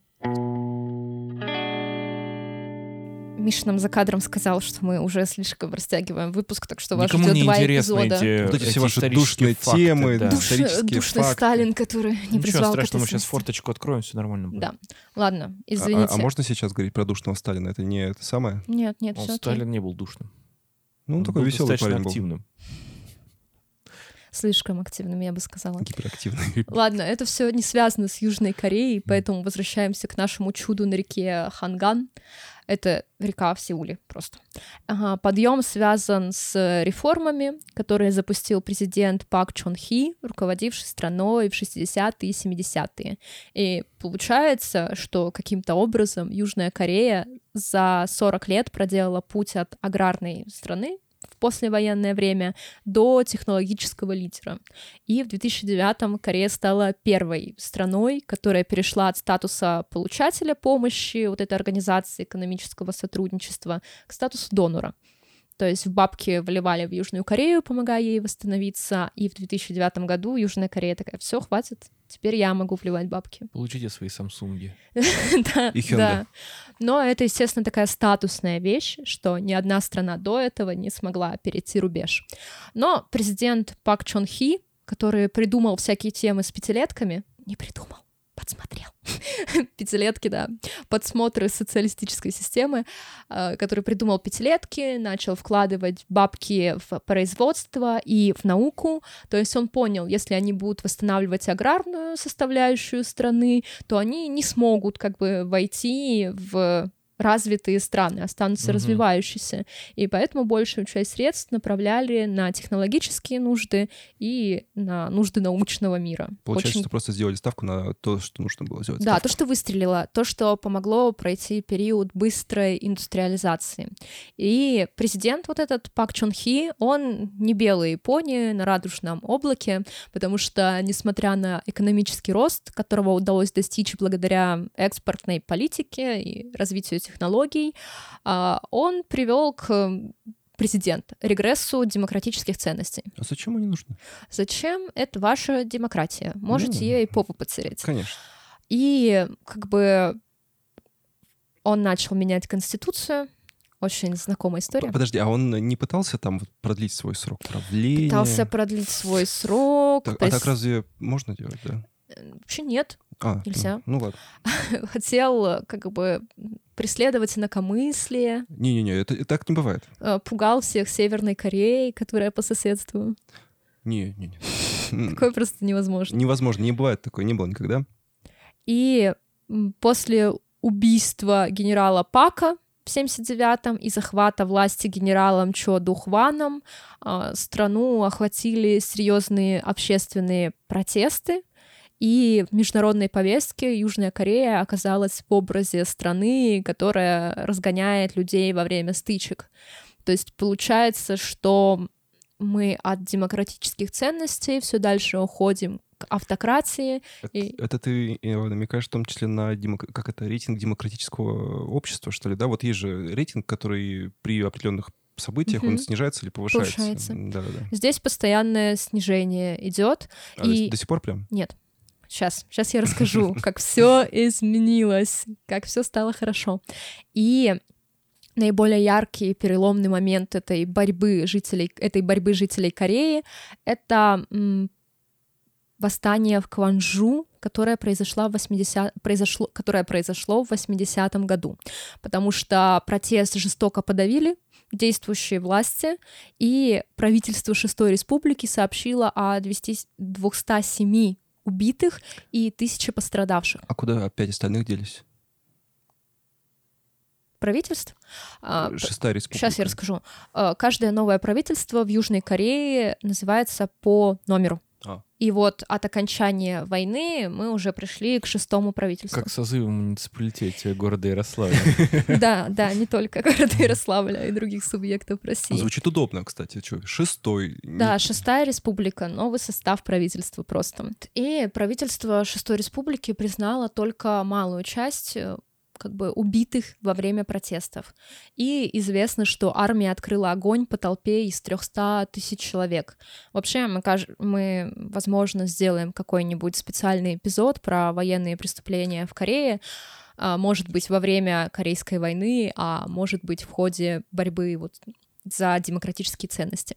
Миша нам за кадром сказал, что мы уже слишком растягиваем выпуск, так что вас Никому ждет не два интересны эпизода. Эти, вот эти эти все ваши душные факты, темы, да. Душ, исторические душный факты. Сталин, который не Ничего призвал к страшного, мы сейчас ответственности. форточку откроем, все нормально будет. Да. Ладно, А, извините. а, а можно сейчас говорить про душного Сталина? Это не это самое? Нет, нет, Он, все Сталин окей. не был душным. Ну, он, Он такой был веселый достаточно парень был. активным. Слишком активным, я бы сказала. Гиперактивный. Ладно, это все не связано с Южной Кореей, поэтому возвращаемся к нашему чуду на реке Ханган. Это река в Сеуле просто. Ага, подъем связан с реформами, которые запустил президент Пак Чон Хи, руководивший страной в шестидесятые и семидесятые. И получается, что каким-то образом Южная Корея за сорок лет проделала путь от аграрной страны в послевоенное время до технологического лидера. И в две тысячи девятом Корея стала первой страной, которая перешла от статуса получателя помощи вот этой организации экономического сотрудничества к статусу донора. То есть в бабки вливали в Южную Корею, помогая ей восстановиться, и в две тысячи девятом году Южная Корея такая: все, хватит, теперь я могу вливать бабки. Получите свои самсунги. Да, И Hyundai. да. Но это, естественно, такая статусная вещь, что ни одна страна до этого не смогла перейти рубеж. Но президент Пак Чон Хи, который придумал всякие темы с пятилетками, не придумал, подсмотрел. Пятилетки, да. Подсмотры социалистической системы, который придумал пятилетки, начал вкладывать бабки в производство и в науку. То есть он понял, если они будут восстанавливать аграрную составляющую страны, то они не смогут как бы войти в развитые страны, останутся mm-hmm. развивающиеся. И поэтому большую часть средств направляли на технологические нужды и на нужды научного мира. Получается, Очень... что просто сделали ставку на то, что нужно было сделать. Да, ставку. то, что выстрелило, то, что помогло пройти период быстрой индустриализации. И президент вот этот Пак Чон Хи, он не белый пони на радужном облаке, потому что, несмотря на экономический рост, которого удалось достичь благодаря экспортной политике и развитию технологий, он привел к президент регрессу демократических ценностей. А зачем они нужны? Зачем? Это ваша демократия. Можете ну, ей попу потереть. Конечно. И как бы он начал менять конституцию. Очень знакомая история. Подожди, а он не пытался там продлить свой срок правления? Пытался продлить свой срок. Так, прис... А так разве можно делать, да? Вообще нет. А, нельзя. Ну, ну ладно. Хотел как бы преследовать инакомыслие. Не-не-не, это, это так не бывает. Пугал всех Северной Кореей, которая по соседству. Не-не-не. Такое просто невозможно. Невозможно, не бывает такое, не было никогда. И после убийства генерала Пака в семьдесят девятом и захвата власти генералом Чо Духваном страну охватили серьезные общественные протесты, и в международной повестке Южная Корея оказалась в образе страны, которая разгоняет людей во время стычек. То есть получается, что мы от демократических ценностей все дальше уходим к автократии. Это, и... это ты намекаешь в том числе на демок... как это, рейтинг демократического общества, что ли, да? Вот есть же рейтинг, который при определенных событиях, угу. он снижается или повышается? Повышается. Да, да, да. Здесь постоянное снижение идет. А и... до, до сих пор прям? Нет. Сейчас, сейчас я расскажу, как все изменилось, как все стало хорошо. И наиболее яркий переломный момент этой борьбы жителей, этой борьбы жителей Кореи — это м, восстание в Кванджу, которое произошло в восьмидесятом, произошло, которое произошло в восьмидесятом году, потому что протест жестоко подавили действующие власти, и правительство Шестой Республики сообщило о двухстах семи убитых и тысяче пострадавших. А куда пять остальных делись? Правительств? Шестая республика. Сейчас я расскажу. Каждое новое правительство в Южной Корее называется по номеру. А. И вот от окончания войны мы уже пришли к шестому правительству. Как созыв в муниципалитете города Ярославля. Да, да, не только города Ярославля, и других субъектов России. Звучит удобно, кстати. Что, шестой? Да, шестая республика, новый состав правительства просто. И правительство Шестой Республики признало только малую часть как бы убитых во время протестов. И известно, что армия открыла огонь по толпе из трехсот тысяч человек. Вообще, мы, мы, возможно, сделаем какой-нибудь специальный эпизод про военные преступления в Корее, может быть, во время Корейской войны, а может быть, в ходе борьбы вот за демократические ценности.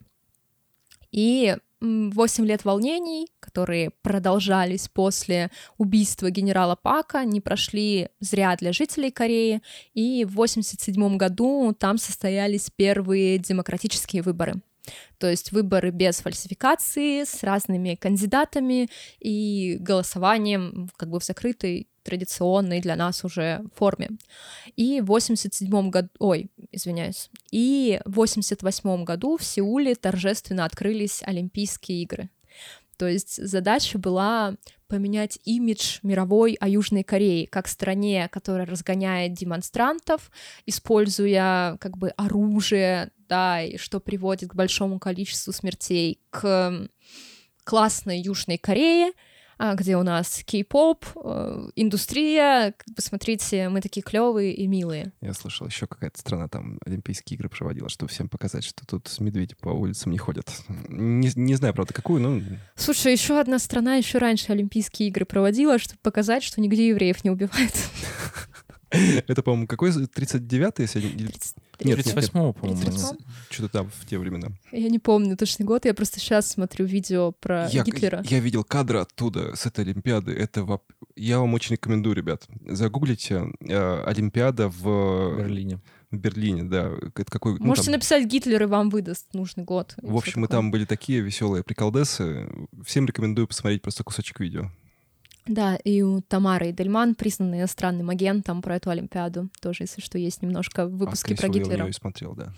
И восемь лет волнений, которые продолжались после убийства генерала Пака, не прошли зря для жителей Кореи, и в восемьдесят седьмом году там состоялись первые демократические выборы. То есть выборы без фальсификации, с разными кандидатами и голосованием как бы в закрытой, традиционной для нас уже форме. И в восемьдесят седьмом году, ой, извиняюсь, и в восемьдесят восьмом году в Сеуле торжественно открылись Олимпийские игры. То есть задача была поменять имидж мировой о Южной Корее как стране, которая разгоняет демонстрантов, используя как бы оружие, да, и что приводит к большому количеству смертей, к классной Южной Корее, где у нас кей-поп, индустрия. Посмотрите, мы такие клевые и милые. Я слышал, еще какая-то страна там Олимпийские игры проводила, чтобы всем показать, что тут медведи по улицам не ходят. Не, не знаю, правда, какую, но... Слушай, еще одна страна еще раньше Олимпийские игры проводила, чтобы показать, что нигде евреев не убивают. Это, по-моему, какой? тридцать девятый? Нет, тридцать восьмого, по-моему. Что-то там в те времена. Я не помню точный год, я просто сейчас смотрю видео про я, Гитлера. Я видел кадры оттуда, с этой Олимпиады. Это я вам очень рекомендую, ребят. Загуглите э, Олимпиада в... Берлине. В Берлине, да. Это какой, Можете ну, там... написать Гитлер, и вам выдаст нужный год. В общем, мы там были такие веселые приколдесы. Всем рекомендую посмотреть просто кусочек видео. Да, и у Тамары Эдельман, признанный иностранным агентом, про эту Олимпиаду. Тоже, если что, есть немножко в выпуске а, про Гитлера. Я ее и смотрел, да.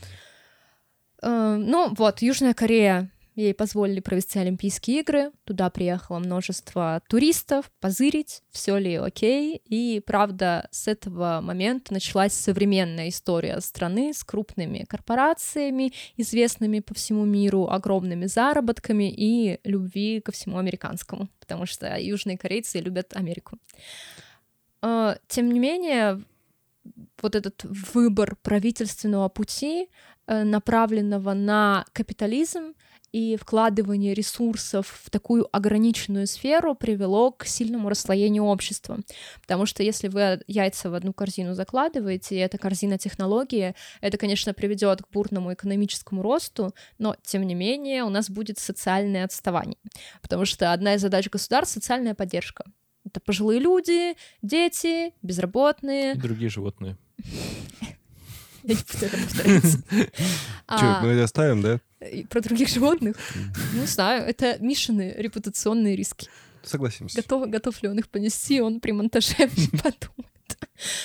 Uh, ну вот, Южная Корея, ей позволили провести Олимпийские игры, туда приехало множество туристов, позырить, все ли окей, и, правда, с этого момента началась современная история страны с крупными корпорациями, известными по всему миру, огромными заработками и любви ко всему американскому, потому что южные корейцы любят Америку. Uh, тем не менее, вот этот выбор правительственного пути, направленного на капитализм и вкладывание ресурсов в такую ограниченную сферу, привело к сильному расслоению общества. Потому что если вы яйца в одну корзину закладываете, и эта корзина технологии, это, конечно, приведет к бурному экономическому росту, но, тем не менее, у нас будет социальное отставание. Потому что одна из задач государства — социальная поддержка. Это пожилые люди, дети, безработные. И другие животные. Я не буду это повторяться. Что, мы это оставим, да? Про других животных? Не знаю, это Мишины репутационные риски. Согласимся. Готов, готов ли он их понести, он при монтаже подумает.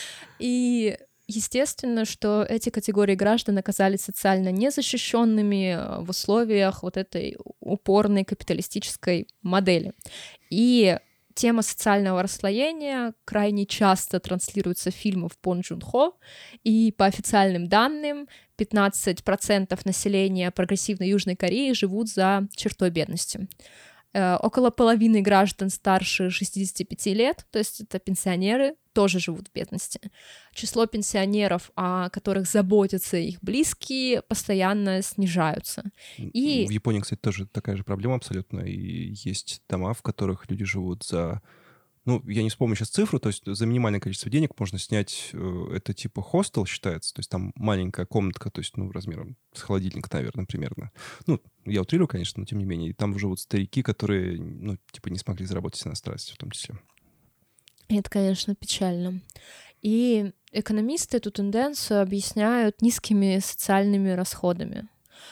И естественно, что эти категории граждан оказались социально незащищенными в условиях вот этой упорной капиталистической модели. И тема социального расслоения крайне часто транслируется в фильмах Бон Джун Хо, и по официальным данным пятнадцать процентов населения прогрессивной Южной Кореи живут за чертой бедности. Э, около половины граждан старше шестидесяти пяти лет, то есть это пенсионеры, тоже живут в бедности. Число пенсионеров, о которых заботятся их близкие, постоянно снижаются. И... В Японии, кстати, тоже такая же проблема абсолютно. И есть дома, в которых люди живут за... Ну, я не вспомню сейчас цифру, то есть за минимальное количество денег можно снять... Э, это типа хостел считается, то есть там маленькая комнатка, то есть, ну, размером с холодильник, наверное, примерно. Ну, я утрирую, конечно, но тем не менее. И там живут старики, которые, ну, типа не смогли заработать на старости в том числе. Это, конечно, печально. И экономисты эту тенденцию объясняют низкими социальными расходами.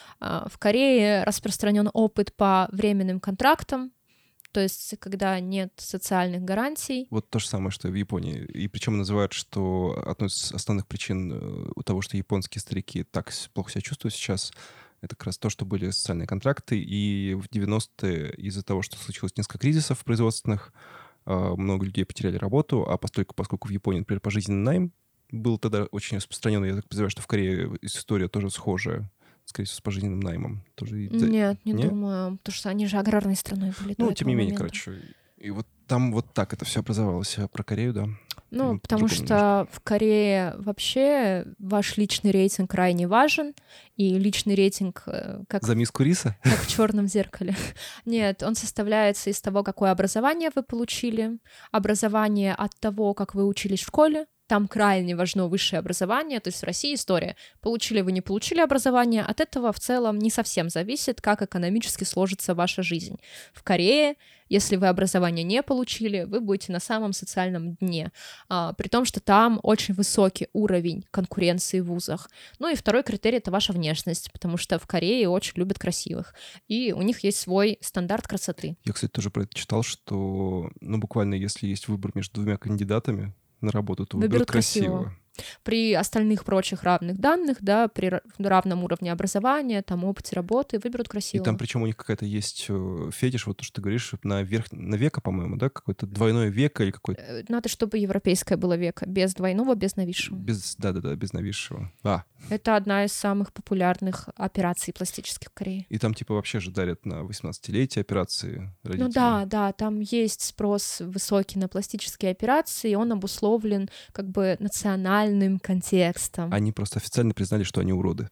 В Корее распространен опыт по временным контрактам, то есть когда нет социальных гарантий. Вот то же самое, что и в Японии. И причем называют, что одной из основных причин у того, что японские старики так плохо себя чувствуют сейчас, это как раз то, что были социальные контракты. И в девяностые из-за того, что случилось несколько кризисов производственных, много людей потеряли работу, а поскольку, поскольку в Японии, например, пожизненный найм был тогда очень распространен, я так подозреваю, что в Корее история тоже схожая, скорее всего, с пожизненным наймом. Тоже... Нет, не Нет? думаю, потому что они же аграрной страной были. Ну, тем не менее, момента. короче. И вот там вот так это все образовалось. А про Корею, да. Ну, ну потому что немножко. В Корее вообще ваш личный рейтинг крайне важен, и личный рейтинг как... За миску риса? Как в «Черном зеркале». Нет, он составляется из того, какое образование вы получили, образование от того, как вы учились в школе. Там крайне важно высшее образование, то есть в России история. Получили вы, не получили образование, от этого в целом не совсем зависит, как экономически сложится ваша жизнь. В Корее, если вы образование не получили, вы будете на самом социальном дне, а, при том, что там очень высокий уровень конкуренции в вузах. Ну и второй критерий — это ваша внешность, потому что в Корее очень любят красивых, и у них есть свой стандарт красоты. Я, кстати, тоже про это читал, что, ну, буквально, если есть выбор между двумя кандидатами на работу, то выберут, выберут красиво. красиво. При остальных прочих равных данных, да, при равном уровне образования, там, опыте работы, выберут красиво. И там причем у них какая-то есть фетиш, вот то, что ты говоришь, на, верх, на века, по-моему, да, какое-то двойное веко или какое-то... Надо, чтобы европейское было веко, без двойного, без нависшего. Без, да-да-да, без нависшего. А. Это одна из самых популярных операций пластических в Корее. И там типа вообще же дарят на восемнадцатилетие операции родителям. Ну да, да, там есть спрос высокий на пластические операции, и он обусловлен как бы национальным контекстом. Они просто официально признали, что они уроды.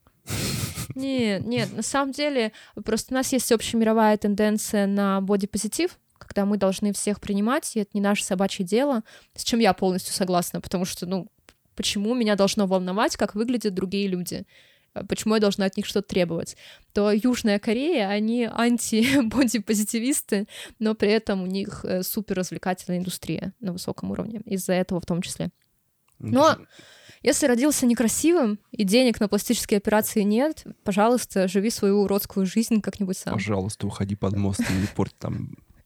Нет, нет, на самом деле просто у нас есть общемировая тенденция на бодипозитив, когда мы должны всех принимать, и это не наше собачье дело, с чем я полностью согласна, потому что, ну, почему меня должно волновать, как выглядят другие люди? Почему я должна от них что-то требовать? То Южная Корея, они анти-бодипозитивисты, но при этом у них суперразвлекательная индустрия на высоком уровне, из-за этого в том числе. Но если родился некрасивым и денег на пластические операции нет, пожалуйста, живи свою уродскую жизнь как-нибудь сам. Пожалуйста, уходи под мост и не порть там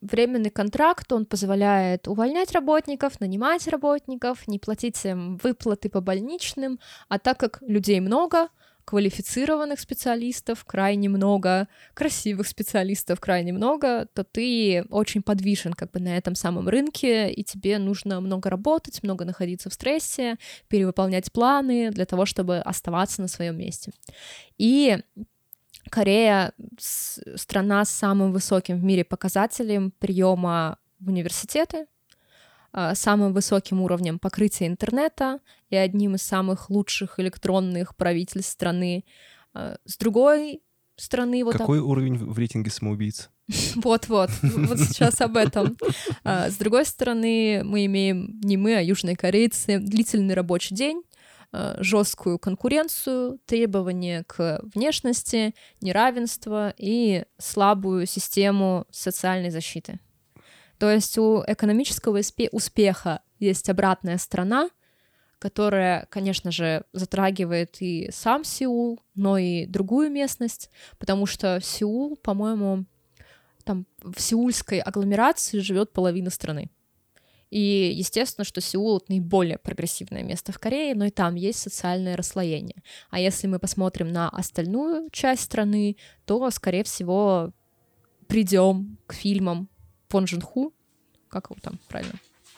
временный контракт, он позволяет увольнять работников, нанимать работников, не платить им выплаты по больничным, а так как людей много, квалифицированных специалистов крайне много, красивых специалистов крайне много, то ты очень подвижен как бы на этом самом рынке, и тебе нужно много работать, много находиться в стрессе, перевыполнять планы для того, чтобы оставаться на своем месте. И Корея — страна с самым высоким в мире показателем приема в университеты, самым высоким уровнем покрытия интернета и одним из самых лучших электронных правительств страны. С другой стороны... Вот Какой об... уровень в рейтинге самоубийц? Вот-вот, вот сейчас об этом. С другой стороны, мы имеем, не мы, а южные корейцы, длительный рабочий день, жесткую конкуренцию, требования к внешности, неравенство и слабую систему социальной защиты. То есть у экономического успеха есть обратная сторона, которая, конечно же, затрагивает и сам Сеул, но и другую местность, потому что Сеул, по-моему, там в сеульской агломерации живет половина страны. И естественно, что Сеул — это наиболее прогрессивное место в Корее, но и там есть социальное расслоение. А если мы посмотрим на остальную часть страны, то, скорее всего, придем к фильмам Пон Джун Хо, как его там правильно?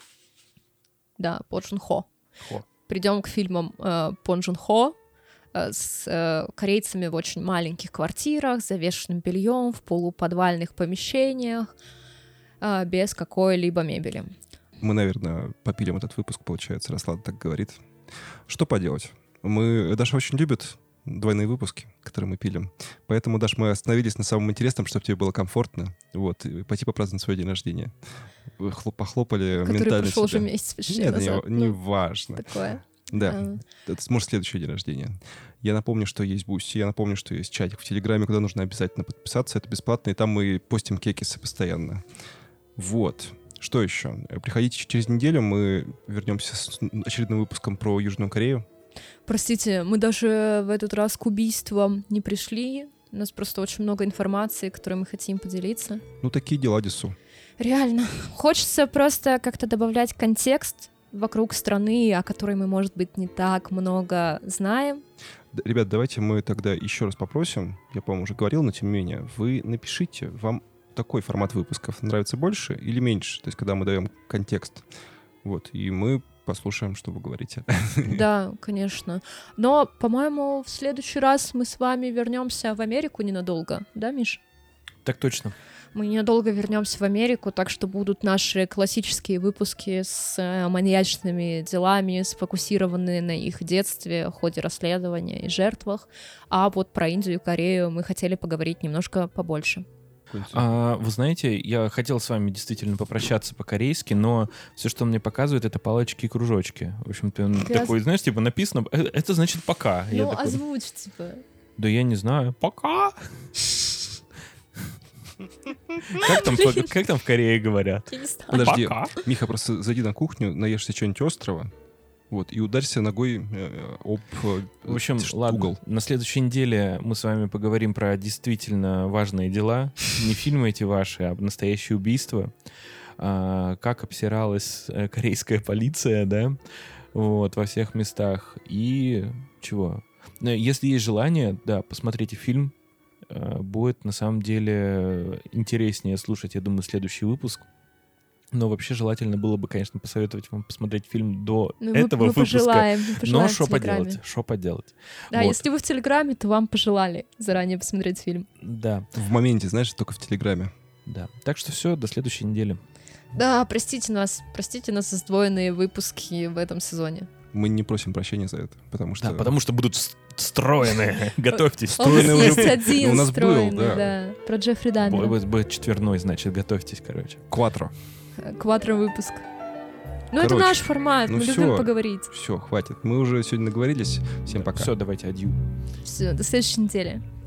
Да, Пон Джун Хо. Хо. Придем к фильмам э, Пон Джун Хо э, с э, корейцами в очень маленьких квартирах, с завешенным бельем, в полуподвальных помещениях, э, без какой-либо мебели. Мы, наверное, попилим этот выпуск, получается, Расслана так говорит. Что поделать? Мы... Даша очень любит двойные выпуски, которые мы пилим. Поэтому, Даш, мы остановились на самом интересном, чтобы тебе было комфортно. Вот, и пойти попраздновать свой день рождения. Хлоп, похлопали который ментально. Который прошел себя. уже месяц почти Нет, назад. не, не ну, важно. Такое. Да, а... это, может, следующий день рождения. Я напомню, что есть Бусти, я напомню, что есть чатик в Телеграме, куда нужно обязательно подписаться. Это бесплатно, и там мы постим кекисы постоянно. Вот. Что еще? Приходите через неделю, мы вернемся с очередным выпуском про Южную Корею. Простите, мы даже в этот раз к убийствам не пришли. У нас просто очень много информации, которой мы хотим поделиться. Ну, такие дела, Дису. Реально. Хочется просто как-то добавлять контекст вокруг страны, о которой мы, может быть, не так много знаем. Ребят, давайте мы тогда еще раз попросим. Я, по-моему, уже говорил, но тем не менее. Вы напишите, вам такой формат выпусков нравится больше или меньше? То есть, когда мы даем контекст. Вот, и мы послушаем, что вы говорите. Да, конечно. Но, по-моему, в следующий раз мы с вами вернемся в Америку ненадолго. Да, Миш? Так точно. Мы ненадолго вернемся в Америку, так что будут наши классические выпуски с э, маньячными делами, сфокусированные на их детстве, ходе расследования и жертвах. А вот про Индию и Корею мы хотели поговорить немножко побольше. А, вы знаете, я хотел с вами действительно попрощаться по-корейски, но все, что он мне показывает, это палочки и кружочки. В общем-то, он Ты такой, оз... знаешь, типа написано, это значит пока. Ну, я такой, озвучь, типа. Да я не знаю. Пока. Как там, как там в Корее говорят? Я не знаю. Подожди, пока. Миха, просто зайди на кухню, наешься что-нибудь острого. Вот, и ударься ногой э, об э, В общем, ладно, угол. На следующей неделе мы с вами поговорим про действительно важные дела. Не фильмы эти ваши, а настоящие убийства. А, как обсиралась корейская полиция, да, вот, во всех местах. И чего? Если есть желание, да, посмотрите фильм. Будет, на самом деле, интереснее слушать, я думаю, следующий выпуск. Но вообще желательно было бы, конечно, посоветовать вам посмотреть фильм до ну, этого мы, мы выпуска. Пожелаем, мы пожелаем Но что поделать? Что поделать? Да, вот. Если вы в Телеграме, то вам пожелали заранее посмотреть фильм. Да. В моменте, знаешь, только в Телеграме. Да. Так что все, до следующей недели. Да, простите нас, простите нас за сдвоенные выпуски в этом сезоне. Мы не просим прощения за это, потому что... Да, потому что будут встроенные. Готовьтесь. У нас есть один встроенный, да. Про Джеффри Даммера. Будет четверной, значит, готовьтесь, короче. Кватро. Кватро выпуск. Ну, Короче, это наш формат, ну мы всё, любим поговорить. Все, хватит. Мы уже сегодня наговорились. Всем пока. Все, давайте, адью. Все, до следующей недели.